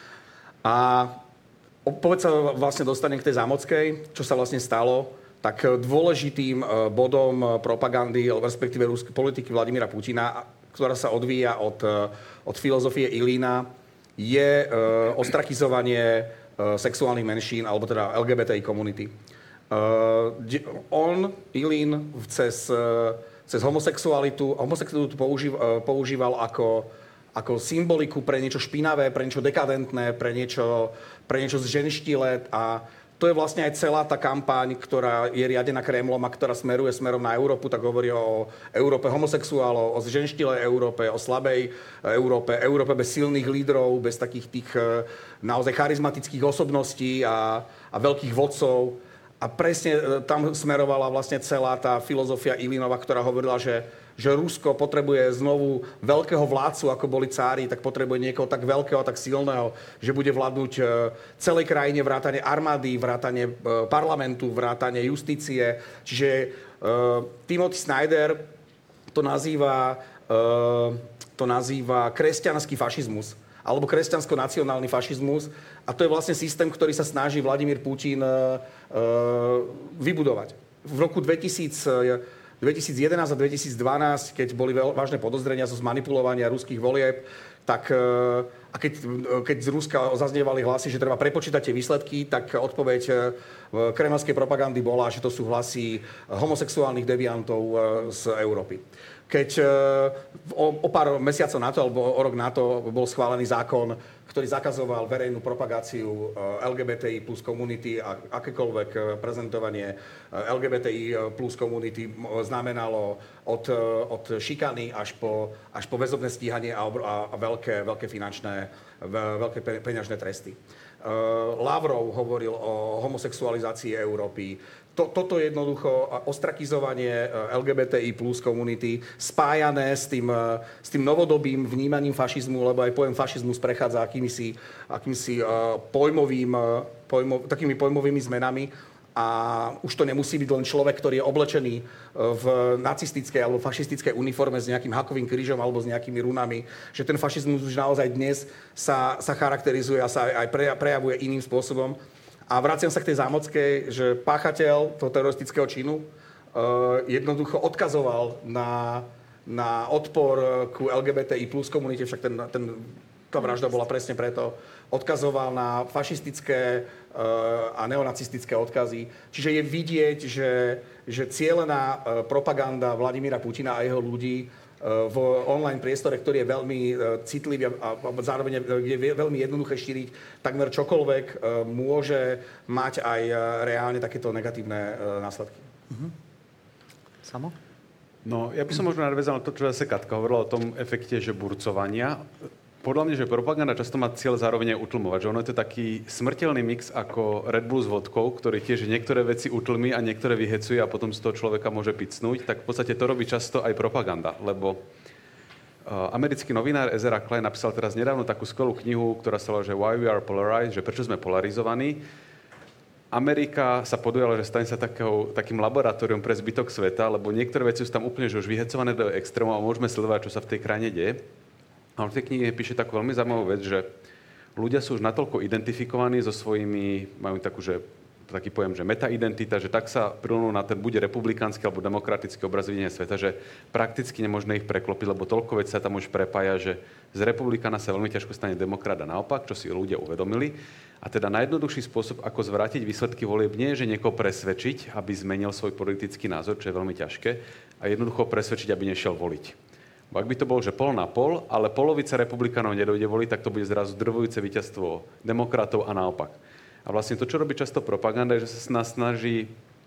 A povedz sa vlastne dostane k tej Zámockej, čo sa vlastne stalo. Tak dôležitým bodom propagandy, respektíve ruskej politiky Vladimíra Putina, ktorá sa odvíja od, od filozofie Ilina, je ostrakizovanie sexuálnych menšín, alebo teda el gé bé té í komunity. On, Ilin, cez, cez homosexualitu, homosexualitu používal, používal ako, ako symboliku pre niečo špinavé, pre niečo dekadentné, pre niečo, pre niečo zženštile a to je vlastne aj celá tá kampaň, ktorá je riadená Kremlom a ktorá smeruje smerom na Európu, tak hovorí o Európe homosexuálov, o zženštilej Európe, o slabej Európe, Európe bez silných lídrov, bez takých tých naozaj charizmatických osobností a, a veľkých vodcov. A presne tam smerovala vlastne celá tá filozofia Ilinova, ktorá hovorila, že že Rusko potrebuje znovu veľkého vládcu, ako boli cári, tak potrebuje niekoho tak veľkého, tak silného, že bude vládnuť celej krajine, vrátane armády, vrátane parlamentu, vrátane justície. Čiže uh, Timothy Snyder to nazýva, uh, to nazýva kresťanský fašizmus alebo kresťansko-nacionálny fašizmus. A to je vlastne systém, ktorý sa snaží Vladimír Putin uh, vybudovať. V roku dvetisíc dvetisícjedenásť a dvetisícdvanásť, keď boli veľ, vážne podozrenia zo zmanipulovania ruských volieb, tak a keď, keď z Ruska zaznievali hlasy, že treba prepočítať tie výsledky, tak odpoveď kremelskej propagandy bola, že to sú hlasy homosexuálnych deviantov z Európy. Keď o, o pár mesiacov na to, alebo o rok na to bol schválený zákon, ktorý zakazoval verejnú propagáciu el gé bé té í plus komunity a akékoľvek prezentovanie el gé bé té í plus komunity znamenalo od, od šikany až po, až po väzobné stíhanie a, a, a veľké, veľké finančné, veľké peňažné tresty. Lavrov hovoril o homosexualizácii Európy. To, toto je jednoducho ostrakizovanie el gé bé té í plus komunity spájané s tým, s tým novodobým vnímaním fašizmu, lebo aj pojem fašizmus prechádza akýmisi, akýmisi pojmovým, pojmo, takými pojmovými zmenami a už to nemusí byť len človek, ktorý je oblečený v nacistickej alebo fašistickej uniforme s nejakým hakovým krížom alebo s nejakými runami, že ten fašizmus už naozaj dnes sa, sa charakterizuje a sa aj prejavuje iným spôsobom. A vraciam sa k tej Zámockej, že páchateľ toho teroristického činu uh, jednoducho odkazoval na, na odpor ku el gé bé té í plus komunite, však ten, ten, tá vražda bola presne preto, odkazoval na fašistické uh, a neonacistické odkazy. Čiže je vidieť, že, že cielená uh, propaganda Vladimíra Putina a jeho ľudí v online priestore, ktorý je veľmi citlivý a zároveň je veľmi jednoduché šíriť takmer čokoľvek, môže mať aj reálne takéto negatívne následky. Uh-huh. Samo? No, ja by som možno nadväzal na to, čo zase Katka hovorila o tom efekte, že burcovania. Podľa mňa, že propaganda často má cieľ zároveň aj utlmovať, že ono je to taký smrteľný mix ako Red Bull s vodkou, ktorý tiež niektoré veci utlmí a niektoré vyhecuje a potom z toho človeka môže picnúť, tak v podstate to robí často aj propaganda, lebo uh, americký novinár Ezra Klein napísal teraz nedávno takú skvelú knihu, ktorá sa volá, že Why we are polarized, že prečo sme polarizovaní. Amerika sa podujala, že stane sa takého, takým laboratórium pre zbytok sveta, lebo niektoré veci sú tam úplne že už vyhecované do extrémov a môžeme sledovať, čo sa v tej krajine deje. Ale v tej knihe píše takú veľmi zaujímavú vec, že ľudia sú už natoľko identifikovaní so svojimi, majú takú, že, taký pojem, že metaidentita, že tak sa prilnú na ten buď republikánsky alebo demokratický obraz videnia sveta, že prakticky nemožné ich preklopiť, lebo toľko vecí sa tam už prepája, že z republikána sa veľmi ťažko stane demokrat a naopak, čo si ľudia uvedomili. A teda najjednoduchší spôsob, ako zvrátiť výsledky volieb, nie je, že niekoho presvedčiť, aby zmenil svoj politický názor, čo je veľmi ťažké, a jednoducho presvedčiť, aby nešiel voliť. Bo ak by to bolo, že pol na pol, ale polovica republikánov nedojde voliť, tak to bude zrazu drvujúce víťazstvo demokratov a naopak. A vlastne to, čo robí často propaganda, je, že sa nás snaží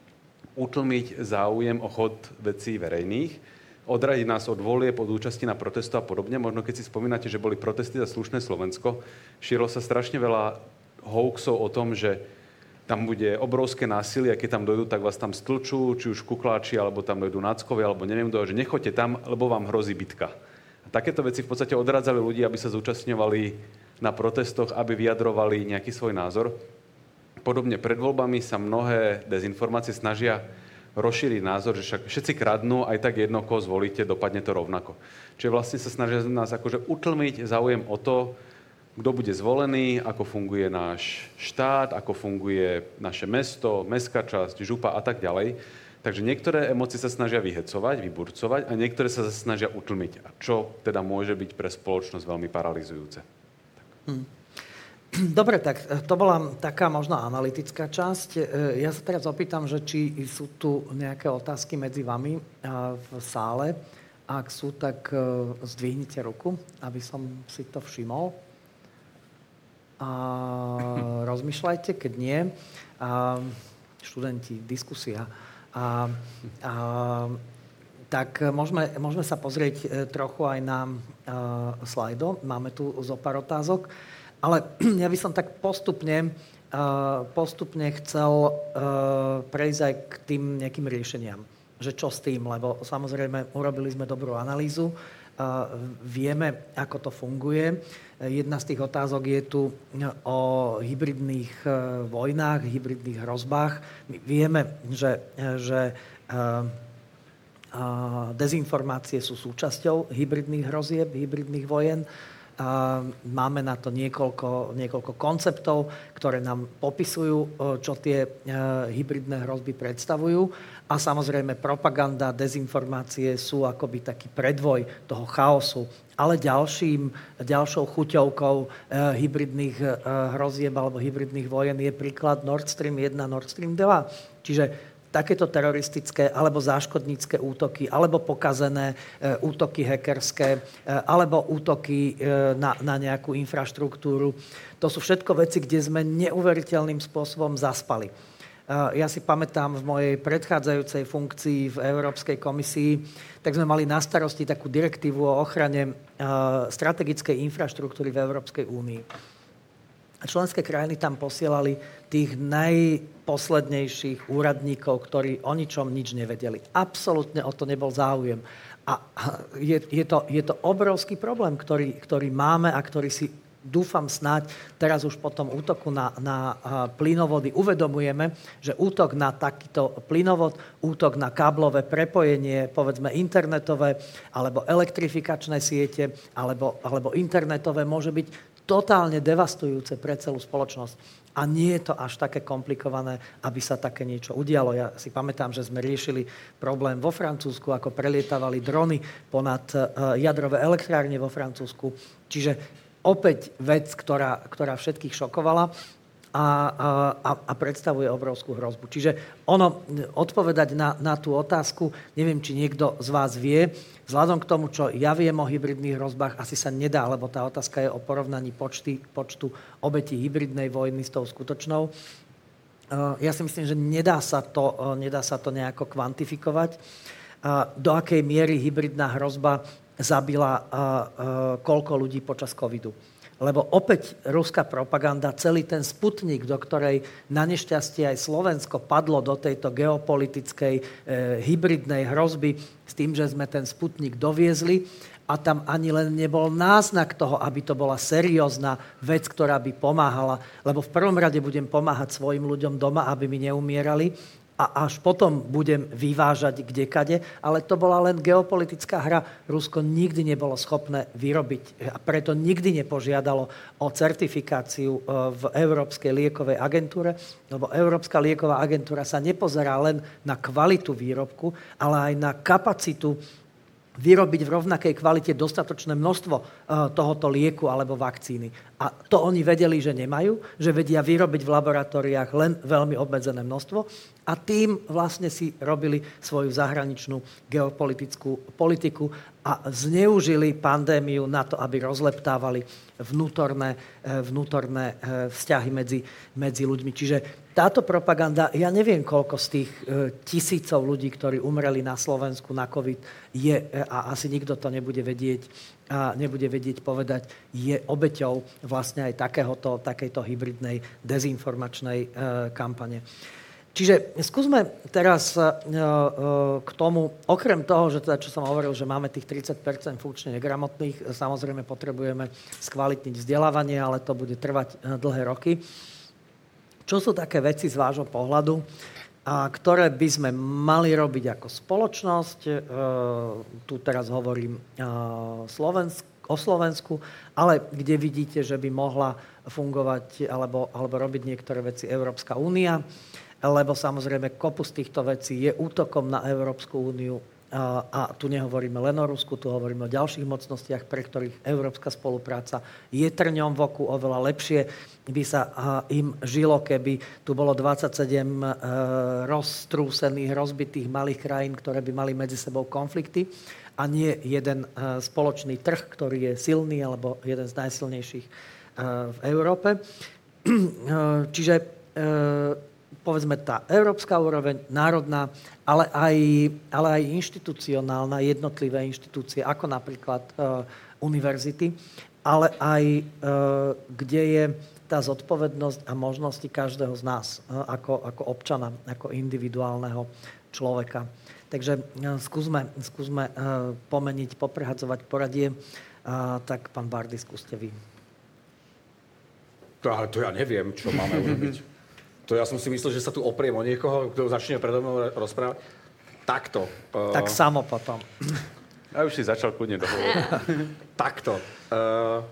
utlmiť záujem o chod vecí verejných, odradiť nás od volieb, od účasti na protestu a podobne. Možno keď si spomínate, že boli protesty za slušné Slovensko, šírilo sa strašne veľa hoaxov o tom, že tam bude obrovské násilie, a keď tam dojdú, tak vás tam stlčú, či už kukláči, alebo tam dojdú náckovi, alebo neviem kto, že nechoďte tam, lebo vám hrozí bitka. A takéto veci v podstate odrádzali ľudí, aby sa zúčastňovali na protestoch, aby vyjadrovali nejaký svoj názor. Podobne pred voľbami sa mnohé dezinformácie snažia rozšíriť názor, že však všetci kradnú, aj tak jedno, koho zvolíte, dopadne to rovnako. Čiže vlastne sa snažia nás akože utlmiť záujem o to, kto bude zvolený, ako funguje náš štát, ako funguje naše mesto, mestská časť, župa a tak ďalej. Takže niektoré emócie sa snažia vyhecovať, vyburcovať a niektoré sa snažia utlmiť. A čo teda môže byť pre spoločnosť veľmi paralizujúce. Hmm. Dobre, tak to bola taká možno analytická časť. Ja sa teraz opýtam, že či sú tu nejaké otázky medzi vami v sále. Ak sú, tak zdvihnite ruku, aby som si to všimol. A rozmýšľajte, keď nie. A študenti, diskusia. A, a, tak môžeme, môžeme sa pozrieť trochu aj na a, slajdo. Máme tu zo pár otázok. Ale ja by som tak postupne, a, postupne chcel a, prejsť aj k tým nejakým riešeniam. Že čo s tým? Lebo samozrejme urobili sme dobrú analýzu. A, vieme, ako to funguje. Jedna z tých otázok je tu o hybridných vojnách, hybridných hrozbách. My vieme, že, že dezinformácie sú súčasťou hybridných hrozieb, hybridných vojen. Máme na to niekoľko, niekoľko konceptov, ktoré nám popisujú, čo tie hybridné hrozby predstavujú. A samozrejme propaganda, dezinformácie sú akoby taký predvoj toho chaosu. Ale ďalším, ďalšou chuťovkou e, hybridných e, hrozieb alebo hybridných vojen je príklad Nord Stream jeden, Nord Stream dva. Čiže takéto teroristické alebo záškodnícke útoky, alebo pokazené e, útoky hackerské, e, alebo útoky e, na, na nejakú infraštruktúru. To sú všetko veci, kde sme neuveriteľným spôsobom zaspali. Ja si pamätám v mojej predchádzajúcej funkcii v Európskej komisii, tak sme mali na starosti takú direktívu o ochrane strategickej infraštruktúry v Európskej únii. Členské krajiny tam posielali tých najposlednejších úradníkov, ktorí o ničom nič nevedeli. Absolútne o to nebol záujem. A je, je, to, je to obrovský problém, ktorý, ktorý máme a ktorý si dúfam snáď teraz už po tom útoku na, na plynovody uvedomujeme, že útok na takýto plynovod, útok na káblové prepojenie, povedzme internetové, alebo elektrifikačné siete, alebo, alebo internetové, môže byť totálne devastujúce pre celú spoločnosť. A nie je to až také komplikované, aby sa také niečo udialo. Ja si pamätám, že sme riešili problém vo Francúzsku, ako prelietávali drony ponad jadrové elektrárne vo Francúzsku. Čiže opäť vec, ktorá, ktorá všetkých šokovala a, a, a predstavuje obrovskú hrozbu. Čiže ono, odpovedať na, na tú otázku, neviem, či niekto z vás vie, vzhľadom k tomu, čo ja viem o hybridných hrozbách, asi sa nedá, lebo tá otázka je o porovnaní počty, počtu obetí hybridnej vojny s tou skutočnou. Ja si myslím, že nedá sa to, nedá sa to nejako kvantifikovať. Do akej miery hybridná hrozba zabila uh, uh, koľko ľudí počas covidu. Lebo opäť ruská propaganda, celý ten Sputnik, do ktorej na nešťastie aj Slovensko padlo do tejto geopolitickej e, hybridnej hrozby s tým, že sme ten Sputnik doviezli a tam ani len nebol náznak toho, aby to bola seriózna vec, ktorá by pomáhala. Lebo v prvom rade budem pomáhať svojim ľuďom doma, aby mi neumierali, a až potom budem vyvážať kdekade, ale to bola len geopolitická hra. Rusko nikdy nebolo schopné vyrobiť a preto nikdy nepožiadalo o certifikáciu v Európskej liekovej agentúre, lebo Európska lieková agentúra sa nepozerá len na kvalitu výrobku, ale aj na kapacitu vyrobiť v rovnakej kvalite dostatočné množstvo tohoto lieku alebo vakcíny. A to oni vedeli, že nemajú, že vedia vyrobiť v laboratóriách len veľmi obmedzené množstvo a tým vlastne si robili svoju zahraničnú geopolitickú politiku a zneužili pandémiu na to, aby rozleptávali vnútorné, vnútorné vzťahy medzi, medzi ľuďmi. Čiže táto propaganda, ja neviem, koľko z tých tisícov ľudí, ktorí umreli na Slovensku na COVID, je, a asi nikto to nebude vedieť, a nebude vedieť povedať, je obeťou vlastne aj takéhoto, takejto hybridnej dezinformačnej e, kampane. Čiže skúsme teraz e, e, k tomu, okrem toho, že teda, čo som hovoril, že máme tých tridsať percent funkčne negramotných, samozrejme potrebujeme skvalitniť vzdelávanie, ale to bude trvať e, dlhé roky. Čo sú také veci z vášho pohľadu, a ktoré by sme mali robiť ako spoločnosť? E, tu teraz hovorím e, Slovensk, o Slovensku, ale kde vidíte, že by mohla fungovať alebo, alebo robiť niektoré veci Európska únia, lebo samozrejme kopu z týchto vecí je útokom na Európsku úniu. A, a tu nehovoríme len o Rusku, tu hovoríme o ďalších mocnostiach, pre ktorých európska spolupráca je trňom v oku. Oveľa lepšie by sa im žilo, keby tu bolo dvadsaťsedem e, roztrúsených, rozbitých malých krajín, ktoré by mali medzi sebou konflikty a nie jeden e, spoločný trh, ktorý je silný alebo jeden z najsilnejších e, v Európe. Čiže e, povedzme tá európska úroveň, národná, ale aj, ale aj inštitucionálna, jednotlivé inštitúcie, ako napríklad e, univerzity, ale aj e, kde je tá zodpovednosť a možnosti každého z nás e, ako, ako občana, ako individuálneho človeka. Takže e, skúsme, skúsme e, pomeniť, poprehadzovať poradie. E, tak pán Bardy, skúste vy. To, to ja neviem, čo máme urobiť. To ja som si myslel, že sa tu opriem o niekoho, kto začne predo mnou rozprávať. Takto. Uh... Tak samo potom. Ja už si začal kľudne dohovoriť. Takto. Uh...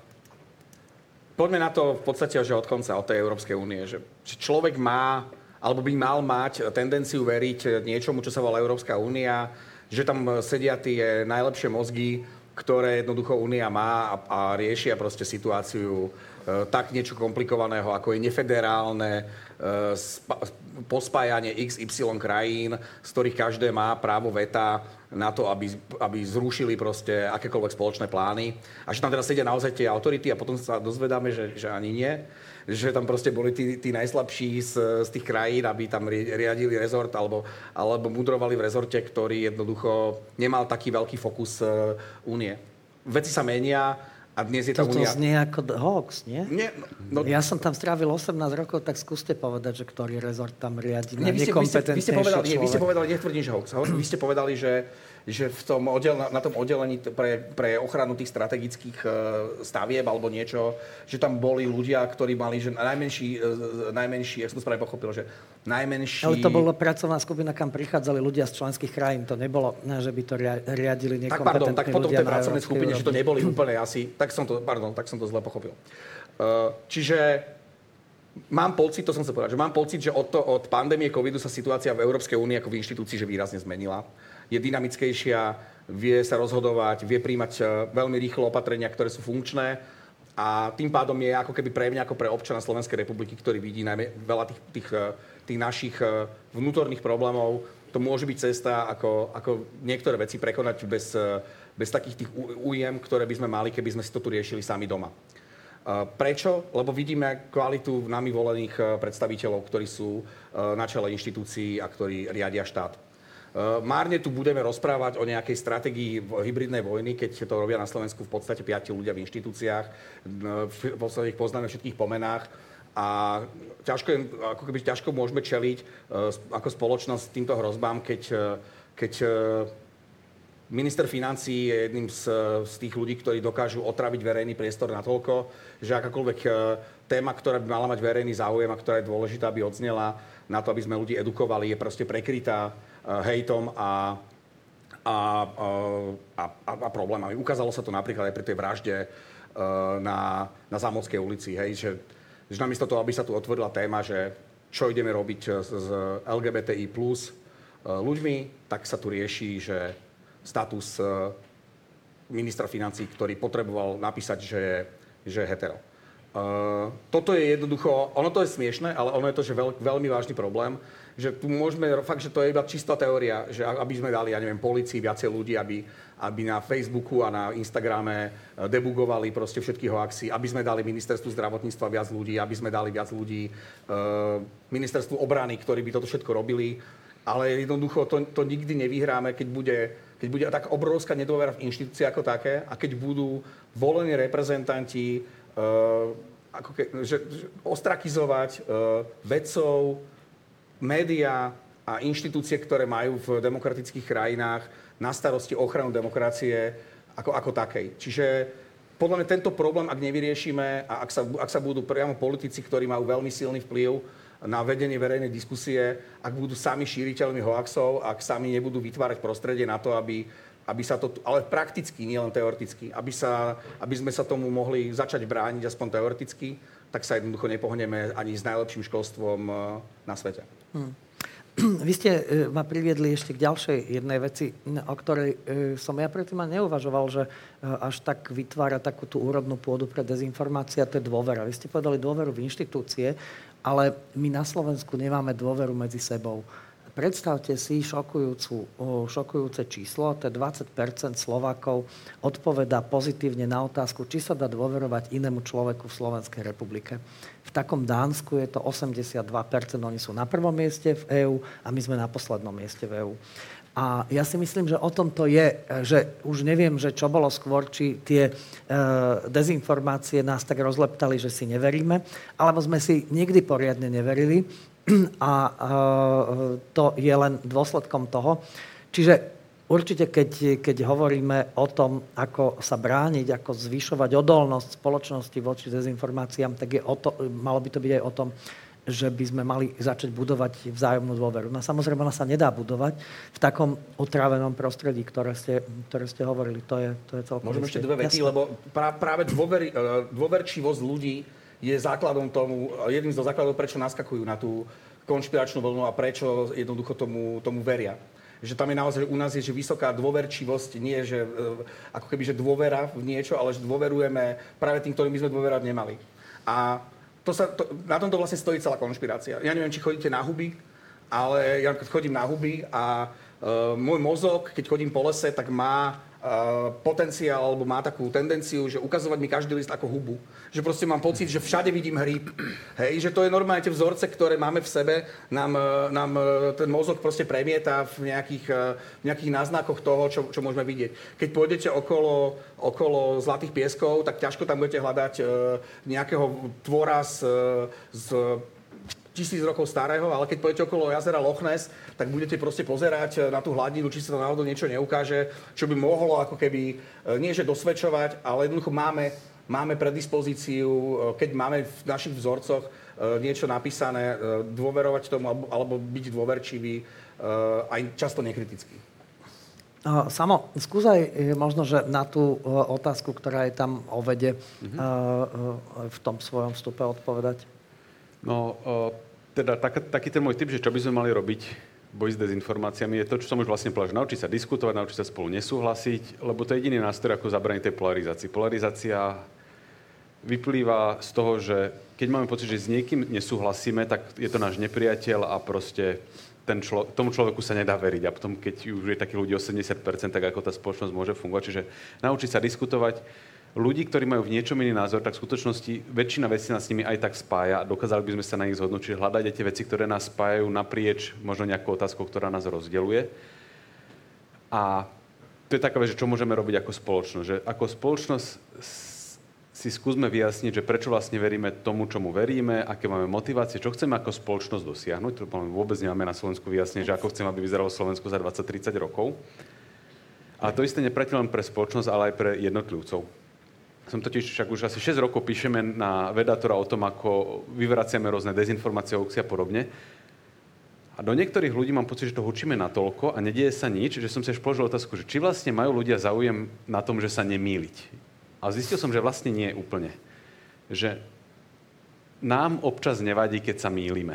Poďme na to v podstate, že od konca, od tej Európskej únie. Že, že človek má, alebo by mal mať tendenciu veriť niečomu, čo sa volá Európska únia, že tam sedia tie najlepšie mozgy, ktoré jednoducho únia má a, a riešia proste situáciu e, tak niečo komplikovaného, ako je nefederálne e, spa, pospájanie iks ypsilon krajín, z ktorých každé má právo veta na to, aby, aby zrušili proste akékoľvek spoločné plány. A že tam teda sedia naozaj tie autority a potom sa dozvedáme, že, že ani nie. Že tam proste boli tí, tí najslabší z, z tých krajín, aby tam riadili rezort alebo, alebo mudrovali v rezorte, ktorý jednoducho nemal taký veľký fokus únie. Veci sa menia a dnes je tá únia... Toto znie ako hoax, nie? nie no, no... Ja som tam strávil osemnásť rokov, tak skúste povedať, že ktorý rezort tam riadi na nekompetentnejšie človek. Vy ste povedali, netvrdím, že hoax. Vy ste povedali, že že v tom oddel, na tom oddelení pre, pre ochranu tých strategických stavieb alebo niečo, že tam boli ľudia, ktorí mali, že najmenší, najmenší, jak som to správne pochopil, že najmenší... Ale to bola pracovná skupina, kam prichádzali ľudia z členských krajín. To nebolo, že by to riadili nekompetentní ľudia. Tak pardon, tak potom tej pracovnej skupine, úrovni. Že to neboli úplne asi... Tak som to, pardon, tak som to zle pochopil. Uh, čiže... Mám pocit, to som sa povedal, že mám pocit, že od, to, od pandémie covidu sa situácia v Európskej únii ako v inštitúcii že výrazne zmenila. Je dynamickejšia, vie sa rozhodovať, vie príjmať veľmi rýchlo opatrenia, ktoré sú funkčné a tým pádom je ako keby pre mňa, ako pre občana Slovenskej republiky, ktorý vidí najmä veľa tých, tých, tých našich vnútorných problémov, to môže byť cesta, ako, ako niektoré veci prekonať bez, bez takých tých újem, ktoré by sme mali, keby sme si to tu riešili sami doma. Prečo? Lebo vidíme kvalitu nami volených predstaviteľov, ktorí sú na čele inštitúcií a ktorí riadia štát. Márne tu budeme rozprávať o nejakej stratégii hybridnej vojny, keď to robia na Slovensku v podstate piati ľudia v inštitúciách, v podstate ich poznáme v všetkých pomenách a ťažko, ako keby ťažko môžeme čeliť ako spoločnosť týmto hrozbám, keď, keď minister financií je jedným z, z tých ľudí, ktorí dokážu otraviť verejný priestor natoľko, že akákoľvek téma, ktorá by mala mať verejný záujem a ktorá je dôležitá, aby odznela na to, aby sme ľudí edukovali, je proste prekrytá hejtom a, a, a, a, a problémami. Ukázalo sa to napríklad aj pri tej vražde na, na Zámodskej ulici, hej, že, že namiesto toho, aby sa tu otvorila téma, že čo ideme robiť s el gé bé té í plus ľuďmi, tak sa tu rieši, že status ministra financií, ktorý potreboval napísať, že je, že je hetero. Toto je jednoducho, ono to je smiešné, ale ono je to že veľ, veľmi vážny problém, že tu môžeme, fakt, že to je iba čistá teória, že aby sme dali, ja neviem, policii viacej ľudí, aby, aby na Facebooku a na Instagrame debugovali proste všetky hoaxy, aby sme dali ministerstvu zdravotníctva viac ľudí, aby sme dali viac ľudí ministerstvu obrany, ktorí by toto všetko robili, ale jednoducho to, to nikdy nevyhráme, keď bude, keď bude tak obrovská nedôvera v inštitúcie ako také a keď budú volení reprezentanti ako ke, že, že ostrakizovať vedcov, médiá a inštitúcie, ktoré majú v demokratických krajinách na starosti ochranu demokracie ako, ako takej. Čiže podľa mňa tento problém, ak nevyriešime a ak sa, ak sa budú priamo politici, ktorí majú veľmi silný vplyv na vedenie verejnej diskusie, ak budú sami šíriteľmi hoaxov, ak sami nebudú vytvárať prostredie na to, aby, aby sa to, ale prakticky, nielen teoreticky, aby, sa, aby sme sa tomu mohli začať brániť aspoň teoreticky, tak sa jednoducho nepohneme ani s najlepším školstvom na svete. Hmm. Vy ste ma priviedli ešte k ďalšej jednej veci, o ktorej som ja predtým ani neuvažoval, že až tak vytvára takú tú úrodnú pôdu pre dezinformácie, a to je dôvera. Vy ste povedali dôveru v inštitúcie, ale my na Slovensku nemáme dôveru medzi sebou. Predstavte si šokujúcu, šokujúce číslo, to je dvadsať percent Slovákov odpovedá pozitívne na otázku, či sa dá dôverovať inému človeku v Slovenskej republike. V takom Dánsku je to osemdesiatdva percent, oni sú na prvom mieste v EÚ a my sme na poslednom mieste v EÚ. A ja si myslím, že o tom to je, že už neviem, že čo bolo skôr, či tie e, dezinformácie nás tak rozleptali, že si neveríme, alebo sme si nikdy poriadne neverili a e, to je len dôsledkom toho. Čiže určite, keď, keď hovoríme o tom, ako sa brániť, ako zvyšovať odolnosť spoločnosti voči dezinformáciám, tak je o to, malo by to byť aj o tom, že by sme mali začať budovať vzájomnú dôveru. No samozrejme, ona sa nedá budovať v takom otrávenom prostredí, ktoré ste, ktoré ste hovorili. To je, to je celkom... Môžem ešte dve vety, lebo práve dôver, dôverčivosť ľudí je základom tomu, jedným z základov, prečo naskakujú na tú konšpiračnú vlnu a prečo jednoducho tomu, tomu veria. Že tam je naozaj, u nás je, že vysoká dôverčivosť, nie že ako keby, že dôvera v niečo, ale že dôverujeme práve tým, ktorým by sme dôverať nemali. A To sa, to, na tomto vlastne stojí celá konšpirácia. Ja neviem, či chodíte na huby, ale ja chodím na huby a uh, môj mozog, keď chodím po lese, tak má uh, potenciál, alebo má takú tendenciu, že ukazovať mi každý list ako hubu. Že proste mám pocit, že všade vidím hríb. Hej, že to je normálne tie vzorce, ktoré máme v sebe, nám, nám ten mozog proste premieta v nejakých, v nejakých náznakoch toho, čo, čo môžeme vidieť. Keď pôjdete okolo, okolo Zlatých pieskov, tak ťažko tam budete hľadať nejakého tvora z, z tisíc rokov starého, ale keď pôjdete okolo jazera Loch Ness, tak budete proste pozerať na tú hladinu, či sa to náhodou niečo neukáže, čo by mohlo ako keby, nie že dosvedčovať, ale jednoducho máme Máme predispozíciu, keď máme v našich vzorcoch niečo napísané, dôverovať tomu alebo byť dôverčivý, aj často nekritický. Samo, skúsaj možno, že na tú otázku, ktorá je tam o vede, mm-hmm. v tom svojom vstupe odpovedať. No, teda tak, taký ten môj tip, že čo by sme mali robiť v boji s dezinformáciami, je to, čo som už vlastne povedal, že naučiť sa diskutovať, naučiť sa spolu nesúhlasiť, lebo to je jediný nástroj, ako zabrániť tej polarizácii. Polarizácia vyplýva z toho, že keď máme pocit, že s niekým nesúhlasíme, tak je to náš nepriateľ a proste ten člo- tomu človeku sa nedá veriť. A potom, keď už je takých ľudí osemdesiat percent, tak ako tá spoločnosť môže fungovať. Čiže naučiť sa diskutovať. Ľudí, ktorí majú v niečom iný názor, tak v skutočnosti väčšina vecí nás s nimi aj tak spája a dokázali by sme sa na nich zhodnúť. Čiže hľadať tie veci, ktoré nás spájajú naprieč možno nejakou otázkou, ktorá nás rozdeľuje. A to je taká vec, že čo môžeme robiť ako spoločnosť. Že ako spoločnosť si skúsme vyjasniť, že prečo vlastne veríme tomu, čomu veríme, aké máme motivácie, čo chceme ako spoločnosť dosiahnuť. To vôbec nemáme na Slovensku vyjasniť, že ako chceme, aby vyzeralo Slovensko za dvadsať tridsať rokov. A to isté neplatí len pre spoločnosť, ale aj pre jednotlivcov. Som totiž však už asi šesť rokov píšeme na Vedatora o tom, ako vyvraciame rôzne dezinformácie, hoaxy a podobne. A do niektorých ľudí mám pocit, že to hučíme natoľko a nedieje sa nič, že som si až položil otázku, že či vlastne majú ľudia záujem na tom, že sa nemýliť. A zistil som, že vlastne nie úplne. Že nám občas nevadí, keď sa mýlime.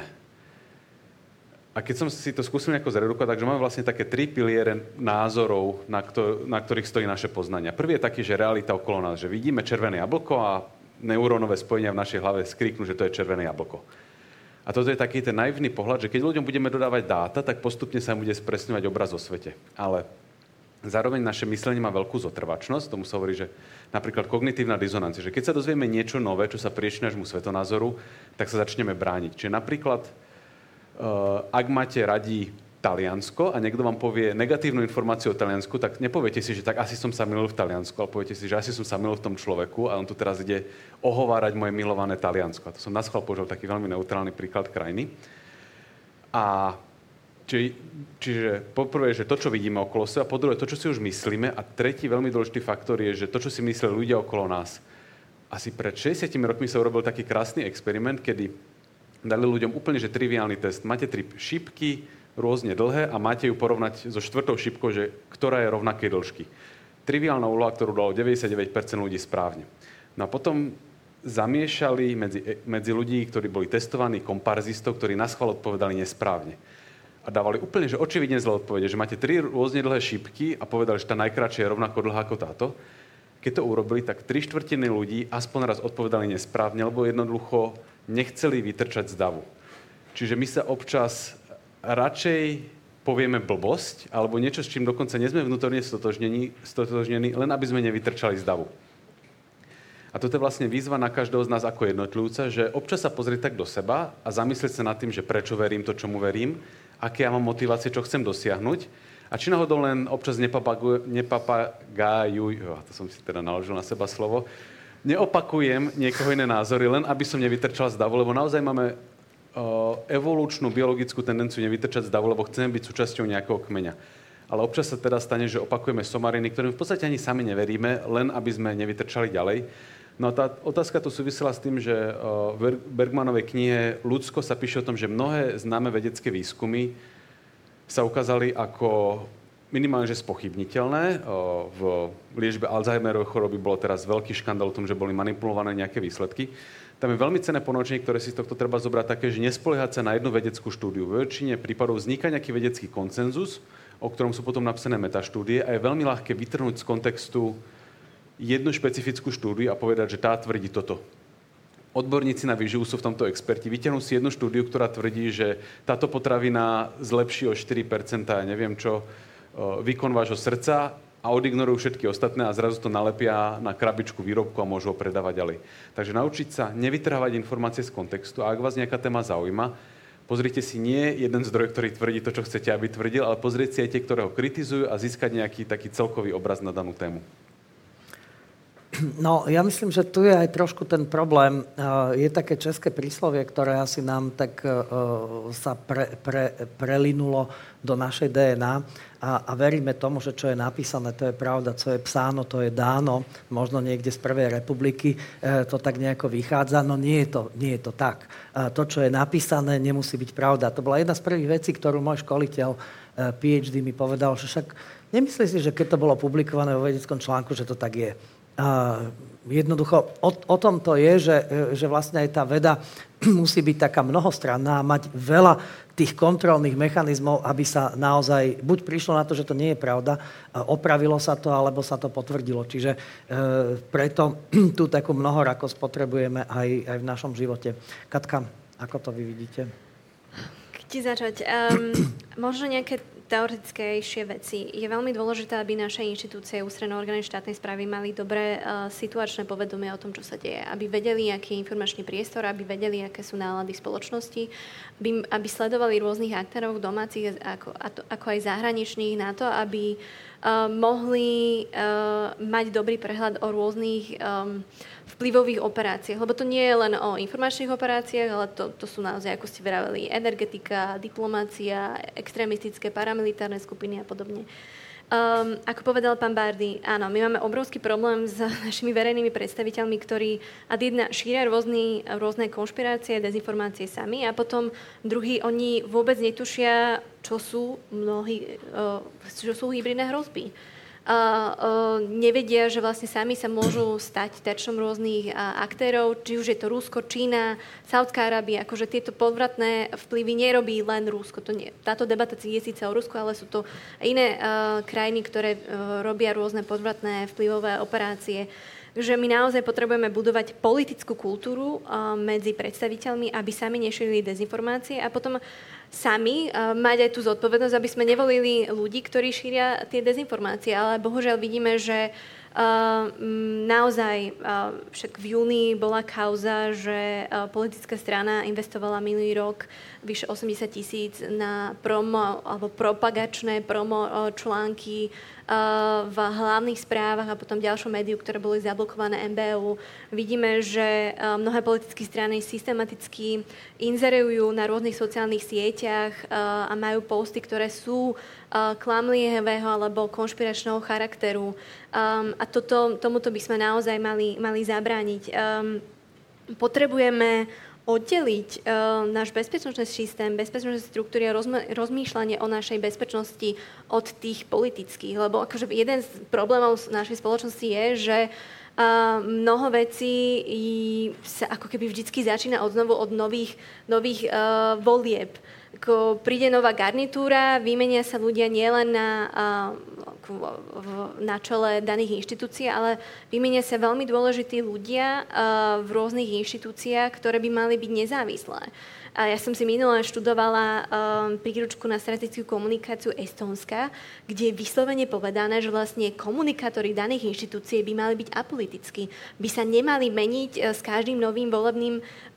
A keď som si to skúsil nejako zredukovať, takže máme vlastne také tri piliere názorov, na, kto, na ktorých stojí naše poznania. Prvý je taký, že realita okolo nás, že vidíme červené jablko a neurónové spojenia v našej hlave skriknú, že to je červené jablko. A toto je taký ten naivný pohľad, že keď ľuďom budeme dodávať dáta, tak postupne sa bude spresňovať obraz o svete. Ale zároveň naše myslenie má veľkú zotrvačnosť, tomu sa hovorí, že napríklad kognitívna dizonancia, že keď sa dozvieme niečo nové, čo sa prieči nášmu svetonázoru, tak sa začneme brániť. Čiže napríklad, uh, ak máte radi Taliansko a niekto vám povie negatívnu informáciu o Taliansku, tak nepoviete si, že tak asi som sa milil v Taliansku, ale poviete si, že asi som sa milil v tom človeku a on tu teraz ide ohovárať moje milované Taliansko. A to som naschvál použil taký veľmi neutrálny príklad krajiny. A Či, čiže poprvé, že to, čo vidíme okolo seba, po druhé, to, čo si už myslíme a tretí veľmi dôležitý faktor je, že to, čo si mysleli ľudia okolo nás. Asi pred šesťdesiatimi rokmi sa urobil taký krásny experiment, kedy dali ľuďom úplne že triviálny test. Máte tri šípky, rôzne dlhé a máte ju porovnať so štvrtou šípkou, že ktorá je rovnakej dĺžky. Triviálna úloha, ktorú dalo deväťdesiatdeväť percent ľudí správne. No a potom zamiešali medzi, medzi ľudí, ktorí boli testovaní, komparzistov, ktorí naschvál odpovedali nesprávne. A dávali úplne, že očividne zlé odpovede, že máte tri rôzne dlhé šípky a povedali, že tá najkratšia je rovnako dlhá ako táto. Keď to urobili, tak tri štvrtiny ľudí aspoň raz odpovedali nesprávne, lebo jednoducho nechceli vytrčať z davu. Čiže my sa občas radšej povieme blbosť, alebo niečo, s čím dokonca nie sme vnútorne stotožnení, stotožnení, len aby sme nevytrčali z davu. A toto je vlastne výzva na každého z nás ako jednotlivca, že občas sa pozrieť tak do seba a zamyslieť sa nad tým, že prečo verím to, čomu verím, aké ja mám motivácie, čo chcem dosiahnuť. A či náhodou len občas nepapagájuj, to som si teda naložil na seba slovo, neopakujem niekoho iné názory, len aby som nevytrčal z davu, lebo naozaj máme uh, evolučnú, biologickú tendenciu nevytrčať z davu, lebo chceme byť súčasťou nejakého kmeňa. Ale občas sa teda stane, že opakujeme somariny, ktorým v podstate ani sami neveríme, len aby sme nevytrčali ďalej. No a tá otázka tu súvisela s tým, že v Bergmanovej knihe Ľudsko sa píše o tom, že mnohé známe vedecké výskumy sa ukázali ako minimálne že spochybniteľné. V liečbe Alzheimerovej choroby bolo teraz veľký škandál o tom, že boli manipulované nejaké výsledky. Tam je veľmi cenné ponaučenie, ktoré si z tohto treba zobrať také, že nespoliehať sa na jednu vedeckú štúdiu. V väčšine prípadov vzniká nejaký vedecký konsenzus, o ktorom sú potom napísané metaštúdie a je veľmi ľahké vytrhnúť z kontextu jednu špecifickú štúdiu a povedať, že tá tvrdí toto. Odborníci na výživu sú v tomto experti. Vyťahnú si jednu štúdiu, ktorá tvrdí, že táto potravina zlepší o štyri percentá, ja neviem čo, výkon vášho srdca a odignorujú všetky ostatné a zrazu to nalepia na krabičku výrobku a môžu ho predávať ďalej. Takže naučiť sa nevytrhávať informácie z kontextu a ak vás nejaká téma zaujíma, pozrite si nie jeden zdroj, ktorý tvrdí to, čo chcete, aby tvrdil, ale pozrite si aj tie, ktoré ho kritizujú a získať nejaký taký celkový obraz na danú tému. No, ja myslím, že tu je aj trošku ten problém. Je také české príslovie, ktoré asi nám tak sa pre, pre, prelinulo do našej dé en á a, a veríme tomu, že čo je napísané, to je pravda, co je psáno, to je dáno. Možno niekde z prvej republiky to tak nejako vychádza, no nie je to, nie je to tak. To, čo je napísané, nemusí byť pravda. To bola jedna z prvých vecí, ktorú môj školiteľ pé há dé mi povedal, že však nemyslí si, že keď to bolo publikované vo vedeckom článku, že to tak je. Uh, jednoducho o, o tom to je, že, že vlastne aj tá veda musí byť taká mnohostranná a mať veľa tých kontrolných mechanizmov, aby sa naozaj buď prišlo na to, že to nie je pravda, opravilo sa to, alebo sa to potvrdilo. Čiže uh, preto tú takú mnohorakosť potrebujeme aj, aj v našom živote. Katka, ako to vy vidíte? Kde začať? Um, možno nejaké teoretickejšie veci. Je veľmi dôležité, aby naše inštitúcie, ústredné orgány štátnej správy mali dobré uh, situačné povedomie o tom, čo sa deje. Aby vedeli, aký je informačný priestor, aby vedeli, aké sú nálady spoločnosti, aby, aby sledovali rôznych aktérov domácich, ako, ako aj zahraničných na to, aby uh, mohli uh, mať dobrý prehľad o rôznych um, vplyvových operáciách, lebo to nie je len o informačných operáciách, ale to, to sú naozaj, ako ste vraveli, energetika, diplomácia, extrémistické, paramilitárne skupiny a podobne. Um, ako povedal pán Bardy, áno, my máme obrovský problém s našimi verejnými predstaviteľmi, ktorí ad jedna šíria rôzny, rôzne konšpirácie, dezinformácie sami a potom druhí, oni vôbec netušia, čo sú mnohí, uh, čo sú hybridné hrozby. Uh, uh, nevedia, že vlastne sami sa môžu stať terčom rôznych uh, aktérov, či už je to Rusko, Čína, Saudská Arábia, akože tieto podvratné vplyvy nerobí len Rusko. To nie, táto debata je síce o Rusku, ale sú to iné uh, krajiny, ktoré uh, robia rôzne podvratné vplyvové operácie. Že my naozaj potrebujeme budovať politickú kultúru uh, medzi predstaviteľmi, aby sami nešírili dezinformácie a potom sami uh, mať aj tú zodpovednosť, aby sme nevolili ľudí, ktorí šíria tie dezinformácie. Ale bohužiaľ vidíme, že uh, naozaj uh, však v júni bola kauza, že uh, politická strana investovala minulý rok vyše osemdesiat tisíc na promo alebo propagačné promo uh, články v hlavných správach a potom ďalšom médiu, ktoré boli zablokované em bé ú. Vidíme, že mnohé politické strany systematicky inzerujú na rôznych sociálnych sieťach a majú posty, ktoré sú klamlivého alebo konšpiračného charakteru. A toto, tomuto by sme naozaj mali, mali zabrániť. Potrebujeme oddeliť uh, náš bezpečnostný systém, bezpečnostné štruktúry a rozm- rozmýšľanie o našej bezpečnosti od tých politických. Lebo akože jeden z problémov našej spoločnosti je, že uh, mnoho vecí sa ako keby vždycky začína od znovu od nových, nových uh, volieb. Ako príde nová garnitúra, vymenia sa ľudia nielen na, na čele daných inštitúcií, ale vymenia sa veľmi dôležití ľudia v rôznych inštitúciách, ktoré by mali byť nezávislé. A ja som si minule študovala um, príručku na strategickú komunikáciu Estónska, kde je vyslovene povedané, že vlastne komunikátori daných inštitúcií by mali byť apolitickí. By sa nemali meniť uh, s každým novým volebným uh,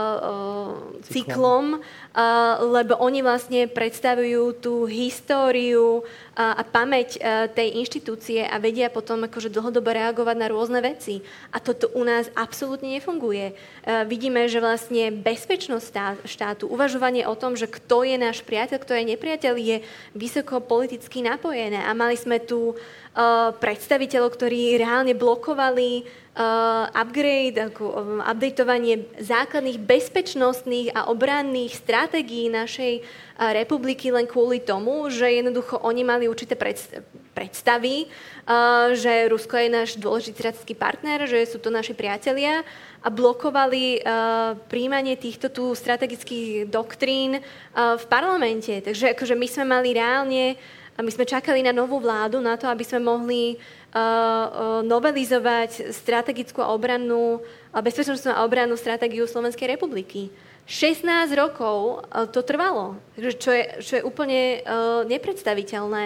uh, cyklom, uh, lebo oni vlastne predstavujú tú históriu uh, a pamäť uh, tej inštitúcie a vedia potom akože dlhodobo reagovať na rôzne veci. A toto u nás absolútne nefunguje. Uh, vidíme, že vlastne bezpečnosť štátu, uvažovanie o tom, že kto je náš priateľ, kto je nepriateľ, je vysoko politicky napojené. A mali sme tu uh, predstaviteľov, ktorí reálne blokovali uh, upgrade, ako, um, updateovanie základných bezpečnostných a obranných stratégií našej uh, republiky len kvôli tomu, že jednoducho oni mali určité predst- predstavy, uh, že Rusko je náš dôležitý strategický partner, že sú to naši priatelia, a blokovali uh, príjmanie týchto tu strategických doktrín uh, v parlamente. Takže akože my sme mali reálne, my sme čakali na novú vládu, na to, aby sme mohli uh, uh, novelizovať strategickú a obrannú, uh, bezpečnostnú a obrannú stratégiu Slovenskej republiky. šestnásť rokov uh, to trvalo, takže čo je, čo je úplne uh, nepredstaviteľné.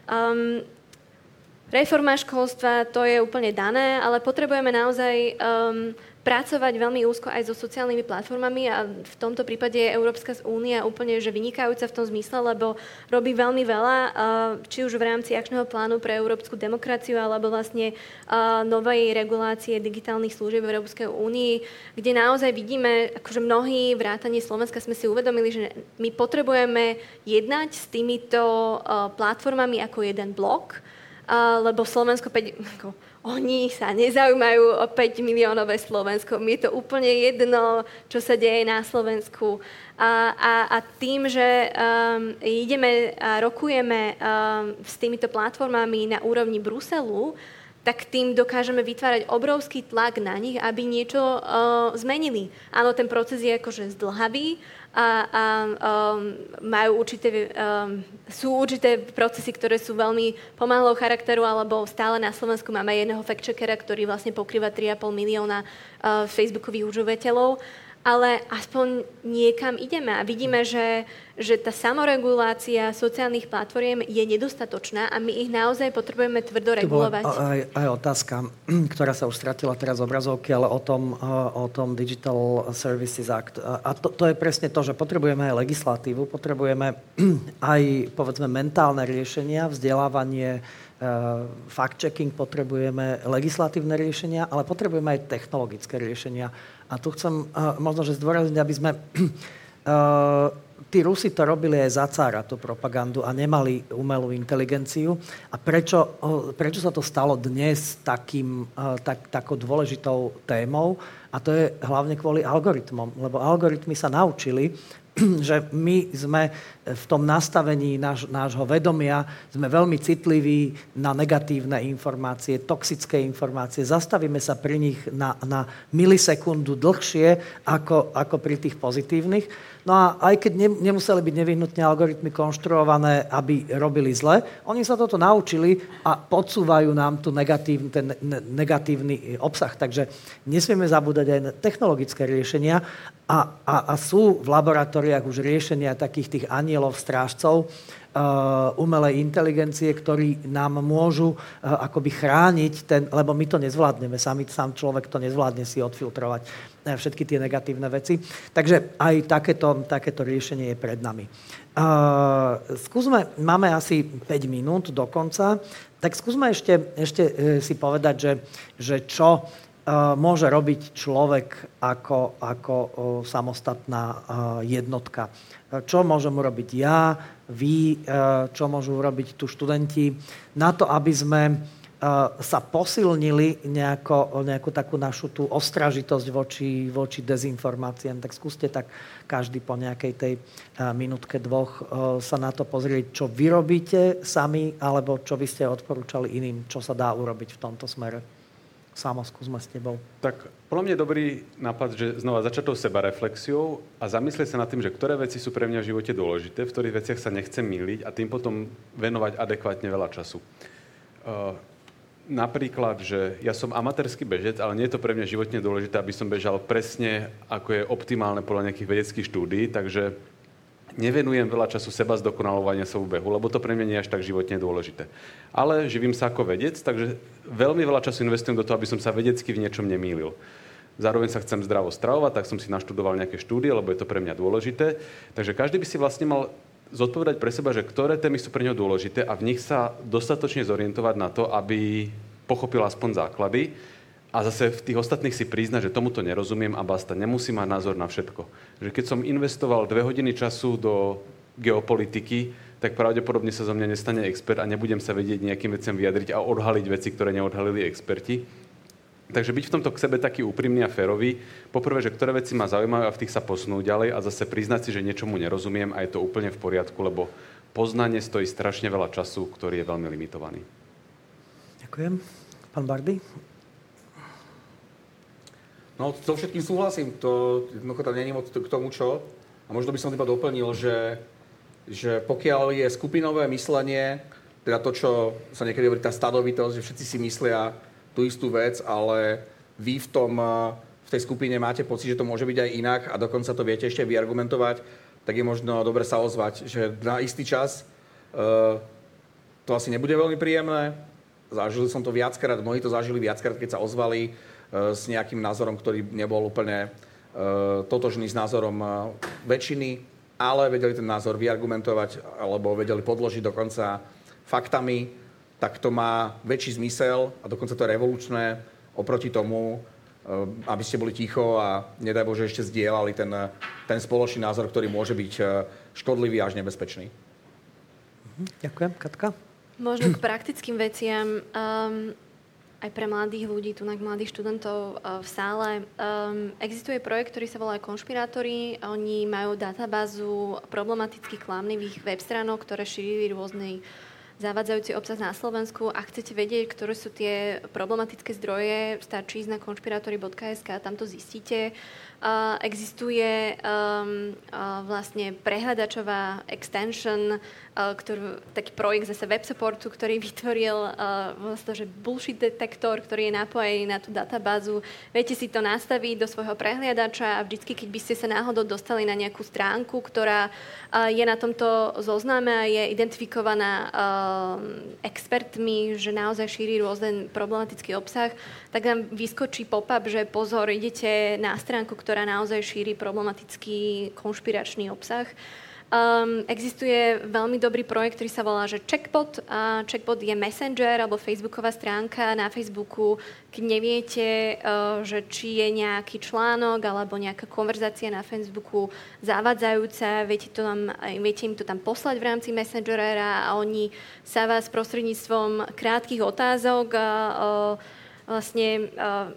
Um, reforma školstva, to je úplne dané, ale potrebujeme naozaj um, pracovať veľmi úzko aj so sociálnymi platformami a v tomto prípade je Európska únia úplne že vynikajúca v tom zmysle, lebo robí veľmi veľa, či už v rámci akčného plánu pre európsku demokraciu alebo vlastne novej regulácie digitálnych služieb v Európskej únii, kde naozaj vidíme, akože mnohí vrátane Slovenska sme si uvedomili, že my potrebujeme jednať s týmito platformami ako jeden blok, lebo Slovensko päť, ako, oni sa nezaujímajú o päť miliónové Slovensko. Mi je to úplne jedno, čo sa deje na Slovensku. A, a, a tým, že um, ideme a rokujeme um, s týmito platformami na úrovni Bruselu, tak tým dokážeme vytvárať obrovský tlak na nich, aby niečo uh, zmenili. Áno, ten proces je akože zdĺhavý, a, a um, majú určité, um, sú určité procesy, ktoré sú veľmi pomalého charakteru, alebo stále na Slovensku máme jedného fact-checkera, ktorý vlastne pokrýva tri a pol milióna uh, facebookových užívateľov. ale aspoň niekam ideme a vidíme, že, že tá samoregulácia sociálnych platform je nedostatočná a my ich naozaj potrebujeme tvrdo regulovať. Tu bola aj, aj otázka, ktorá sa už stratila teraz z obrazovky, ale o tom, o tom Digital Services Act. A to, to je presne to, že potrebujeme aj legislatívu, potrebujeme aj, povedzme, mentálne riešenia, vzdelávanie, fact-checking, potrebujeme legislatívne riešenia, ale potrebujeme aj technologické riešenia. A tu chcem uh, možno, že zdôrazniť, aby sme... Uh, tí Rusi to robili aj za cára, tú propagandu, a nemali umelú inteligenciu. A prečo, uh, prečo sa to stalo dnes takým, uh, tak, takou dôležitou témou? A to je hlavne kvôli algoritmom. Lebo algoritmy sa naučili, že my sme v tom nastavení náš, nášho vedomia sme veľmi citliví na negatívne informácie, toxické informácie. Zastavíme sa pri nich na, na milisekundu dlhšie ako, ako pri tých pozitívnych. No a aj keď ne, nemuseli byť nevyhnutne algoritmy konštruované, aby robili zle, oni sa toto naučili a podsúvajú nám tu negatív, ten ne, negatívny obsah. Takže nesmieme zabúdať aj na technologické riešenia a, a, a sú v laboratóriách už riešenia takých tých anielov, strážcov, uh, umelej inteligencie, ktorí nám môžu uh, akoby chrániť ten, lebo my to nezvládneme, sami, sám človek to nezvládne si odfiltrovať uh, všetky tie negatívne veci. Takže aj takéto, takéto riešenie je pred nami. Uh, skúsme, máme asi päť minút do konca, tak skúsme ešte, ešte uh, si povedať, že, že čo uh, môže robiť človek ako, ako uh, samostatná uh, jednotka. Čo môžem urobiť ja, vy, čo môžu urobiť tu študenti, na to, aby sme sa posilnili nejako, nejakú takú našu tú ostražitosť voči, voči dezinformáciám. Tak skúste tak každý po nejakej tej minútke, dvoch sa na to pozrieť, čo vy robíte sami, alebo čo by ste odporúčali iným, čo sa dá urobiť v tomto smere. Samo, skúsme s tebou. Tak podľa mňa je dobrý nápad, že znova začatou sebareflexiou a zamyslieť sa nad tým, že ktoré veci sú pre mňa v živote dôležité, v ktorých veciach sa nechcem mýliť a tým potom venovať adekvátne veľa času. Uh, napríklad, že ja som amatérsky bežec, ale nie je to pre mňa životne dôležité, aby som bežal presne, ako je optimálne podľa nejakých vedeckých štúdií, takže nevenujem veľa času seba zdokonalovania sa v behu, lebo to pre mňa nie je až tak životne dôležité. Ale živím sa ako vedec, takže veľmi veľa času investujem do toho, aby som sa vedecky v niečom nemýlil. Zároveň sa chcem zdravo stravovať, tak som si naštudoval nejaké štúdie, lebo je to pre mňa dôležité. Takže každý by si vlastne mal zodpovedať pre seba, že ktoré témy sú pre ňo dôležité a v nich sa dostatočne zorientovať na to, aby pochopil aspoň základy. A zase v tých ostatných si priznať, že tomuto nerozumiem a basta, nemusím mať názor na všetko. Že keď som investoval dve hodiny času do geopolitiky, tak pravdepodobne sa zo mňa nestane expert a nebudem sa vedieť nejakým veciam vyjadriť a odhaliť veci, ktoré neodhalili experti. Takže byť v tomto k sebe taký úprimný a férový. Poprvé, že ktoré veci ma zaujímajú a v tých sa posunúť ďalej a zase priznať si, že niečomu nerozumiem a je to úplne v poriadku, lebo poznanie stojí strašne veľa času, ktorý je veľmi limitovaný. Ďakujem. Pán Bardy? No, so všetkým súhlasím. To jednoducho tam nie je moc k tomu, čo. A možno by som iba doplnil, že, že pokiaľ je skupinové myslenie, teda to, čo sa niekedy hovorí, tá stadovitosť, že všetci si myslia tú istú vec, ale vy v, tom, v tej skupine máte pocit, že to môže byť aj inak a dokonca to viete ešte vyargumentovať, tak je možno dobre sa ozvať, že na istý čas uh, to asi nebude veľmi príjemné. Zažil som to viackrát, mnohí to zažili viackrát, keď sa ozvali s nejakým názorom, ktorý nebol úplne uh, totožný s názorom uh, väčšiny, ale vedeli ten názor vyargumentovať alebo vedeli podložiť dokonca faktami, tak to má väčší zmysel a dokonca to je revolučné oproti tomu, uh, aby ste boli ticho a nedaj Bože ešte zdieľali ten, ten spoločný názor, ktorý môže byť uh, škodlivý až nebezpečný. Ďakujem. Katka? Možno k praktickým veciam. Um, aj pre mladých ľudí, tu mladých študentov v sále. Um, existuje projekt, ktorý sa volá Konšpirátori. Oni majú databázu problematických klamlivých web stránok, ktoré šírili rôzny zavádzajúci obsah na Slovensku. Ak chcete vedieť, ktoré sú tie problematické zdroje, stačí ísť na konšpirátori bodka es ká, tam to zistíte. Uh, existuje um, uh, vlastne prehľadačová extension, uh, ktorý, taký projekt zase web supportu, ktorý vytvoril uh, vlastne, že bullshit detektor, ktorý je napojený na tú databázu. Viete si to nastaviť do svojho prehliadača a vždycky, keď by ste sa náhodou dostali na nejakú stránku, ktorá uh, je na tomto zozname a je identifikovaná uh, expertmi, že naozaj šíri rôzny problematický obsah, tak nám vyskočí pop-up, že pozor, idete na stránku, ktorá naozaj šíri problematický konšpiračný obsah. Um, existuje veľmi dobrý projekt, ktorý sa volá, že Checkbot. A Checkbot je messenger alebo facebooková stránka na Facebooku. Keď neviete, uh, že či je nejaký článok alebo nejaká konverzácia na Facebooku zavádzajúca, viete, to tam, viete im to tam poslať v rámci messengera a oni sa vás prostredníctvom krátkych otázok a uh, vlastne uh,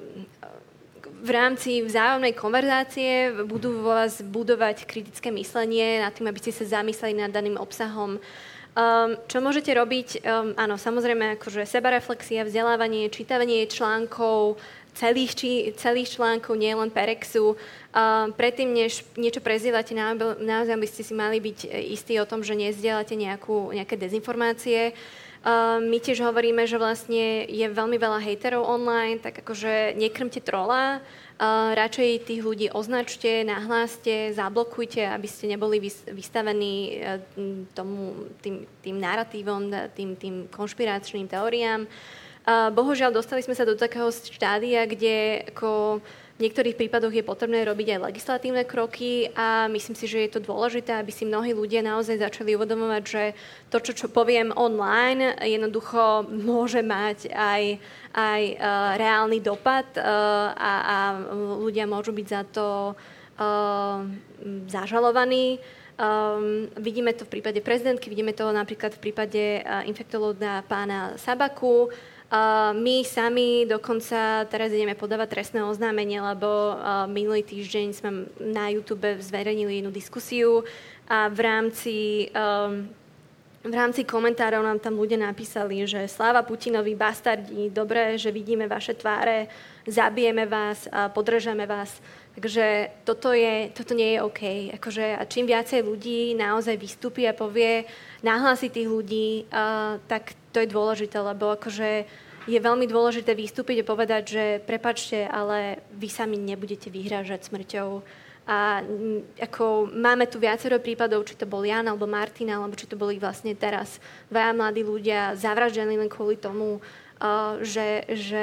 v rámci vzájomnej konverzácie budú vo vás budovať kritické myslenie nad tým, aby ste sa zamysleli nad daným obsahom. Um, čo môžete robiť? Um, áno, samozrejme, akože sebareflexia, vzdelávanie, čítanie článkov, celých, či, celých článkov, nie len Perexu. Um, predtým, než niečo prezdielate, naozaj by ste si mali byť istí o tom, že nezdieľate nejakú, nejaké dezinformácie. Uh, my tiež hovoríme, že vlastne je veľmi veľa hejterov online, tak akože nekrmte trola, uh, radšej tých ľudí označte, nahláste, zablokujte, aby ste neboli vystavení uh, tomu, tým, tým naratívom, tým, tým konšpiračným teóriám. Uh, bohužiaľ, dostali sme sa do takého štádia, kde ako v niektorých prípadoch je potrebné robiť aj legislatívne kroky a myslím si, že je to dôležité, aby si mnohí ľudia naozaj začali uvedomovať, že to, čo, čo poviem online, jednoducho môže mať aj, aj uh, reálny dopad uh, a, a ľudia môžu byť za to uh, zažalovaní. Um, vidíme to v prípade prezidentky, vidíme to napríklad v prípade uh, infektológa pána Sabaku. Uh, my sami dokonca teraz ideme podávať trestné oznámenie, lebo uh, minulý týždeň sme na YouTube zverejnili jednu diskusiu a v rámci, um, v rámci komentárov nám tam ľudia napísali, že sláva Putinovi, bastardi, dobre, že vidíme vaše tváre, zabijeme vás, a podržame vás. Takže toto, je, toto nie je OK. Akože, a čím viacej ľudí naozaj vystúpi a povie, nahlási tých ľudí, uh, tak to je dôležité, lebo akože je veľmi dôležité vystúpiť a povedať, že prepáčte, ale vy sami nebudete vyhrážať smrťou. A ako máme tu viacero prípadov, či to bol Jan alebo Martina, alebo či to boli vlastne teraz dvaja mladí ľudia zavraždení len kvôli tomu, uh, že, že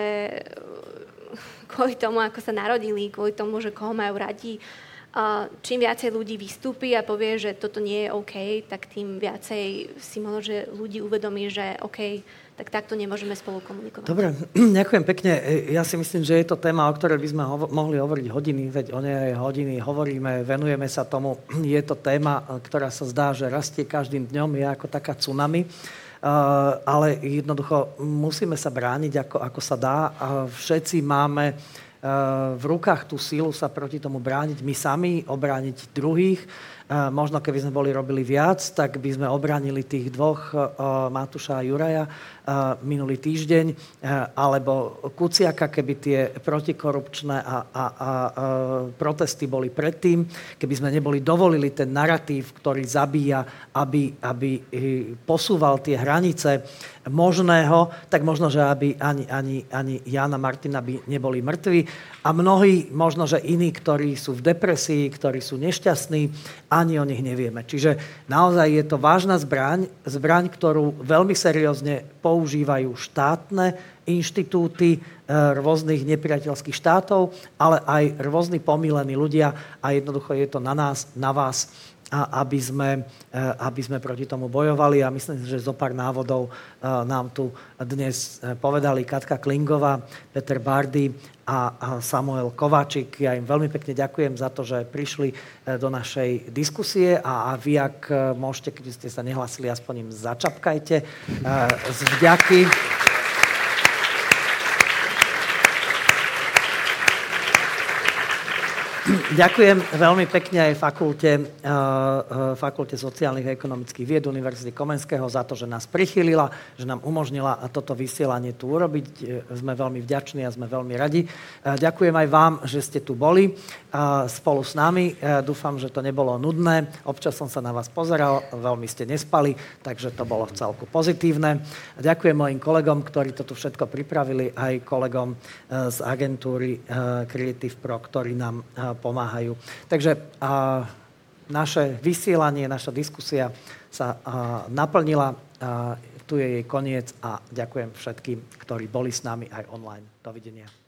kvôli tomu, ako sa narodili, kvôli tomu, že koho majú radi. Uh, čím viacej ľudí vystúpi a povie, že toto nie je OK, tak tým viacej si možno, že ľudí uvedomí, že OK, tak takto nemôžeme spolu komunikovať. Dobre, ďakujem pekne. Ja si myslím, že je to téma, o ktorej by sme hovo- mohli hovoriť hodiny, veď o nej hodiny hovoríme, venujeme sa tomu. Je to téma, ktorá sa zdá, že rastie každým dňom, je ako taká tsunami. Uh, ale jednoducho musíme sa brániť, ako, ako sa dá. Uh, všetci máme uh, v rukách tú sílu sa proti tomu brániť my sami, obrániť druhých. Uh, možno keby sme boli robili viac, tak by sme obránili tých dvoch, uh, Matúša a Juraja, uh, minulý týždeň, uh, alebo Kuciaka, keby tie protikorupčné a, a, a, a protesty boli predtým, keby sme neboli dovolili ten naratív, ktorý zabíja, aby, aby posúval tie hranice možného, tak možno, že aby ani, ani, ani Jana Martina by neboli mŕtvi. A mnohí, možno, že iní, ktorí sú v depresii, ktorí sú nešťastní, ani o nich nevieme. Čiže naozaj je to vážna zbraň, zbraň, ktorú veľmi seriózne používajú štátne inštitúty rôznych nepriateľských štátov, ale aj rôzni pomílení ľudia a jednoducho je to na nás, na vás, a aby sme, aby sme proti tomu bojovali. A myslím, že zo pár návodov nám tu dnes povedali Katka Klingová, Peter Bardy a Samuel Kováčik. Ja im veľmi pekne ďakujem za to, že prišli do našej diskusie a vy, ak môžete, keď ste sa nehlasili, aspoň im začapkajte z vďaky. ďakujem veľmi pekne aj fakulte, fakulte sociálnych a ekonomických vied Univerzity Komenského za to, že nás prichýlila, že nám umožnila toto vysielanie tu urobiť. Sme veľmi vďační a sme veľmi radi. Ďakujem aj vám, že ste tu boli spolu s nami. Dúfam, že to nebolo nudné. Občas som sa na vás pozeral, veľmi ste nespali, takže to bolo v celku pozitívne. Ďakujem mojim kolegom, ktorí to tu všetko pripravili, aj kolegom z agentúry Creative Pro, ktorí nám pomáhajú. Takže a, naše vysielanie, naša diskusia sa a, naplnila. A, tu je jej koniec a ďakujem všetkým, ktorí boli s nami aj online. Dovidenia.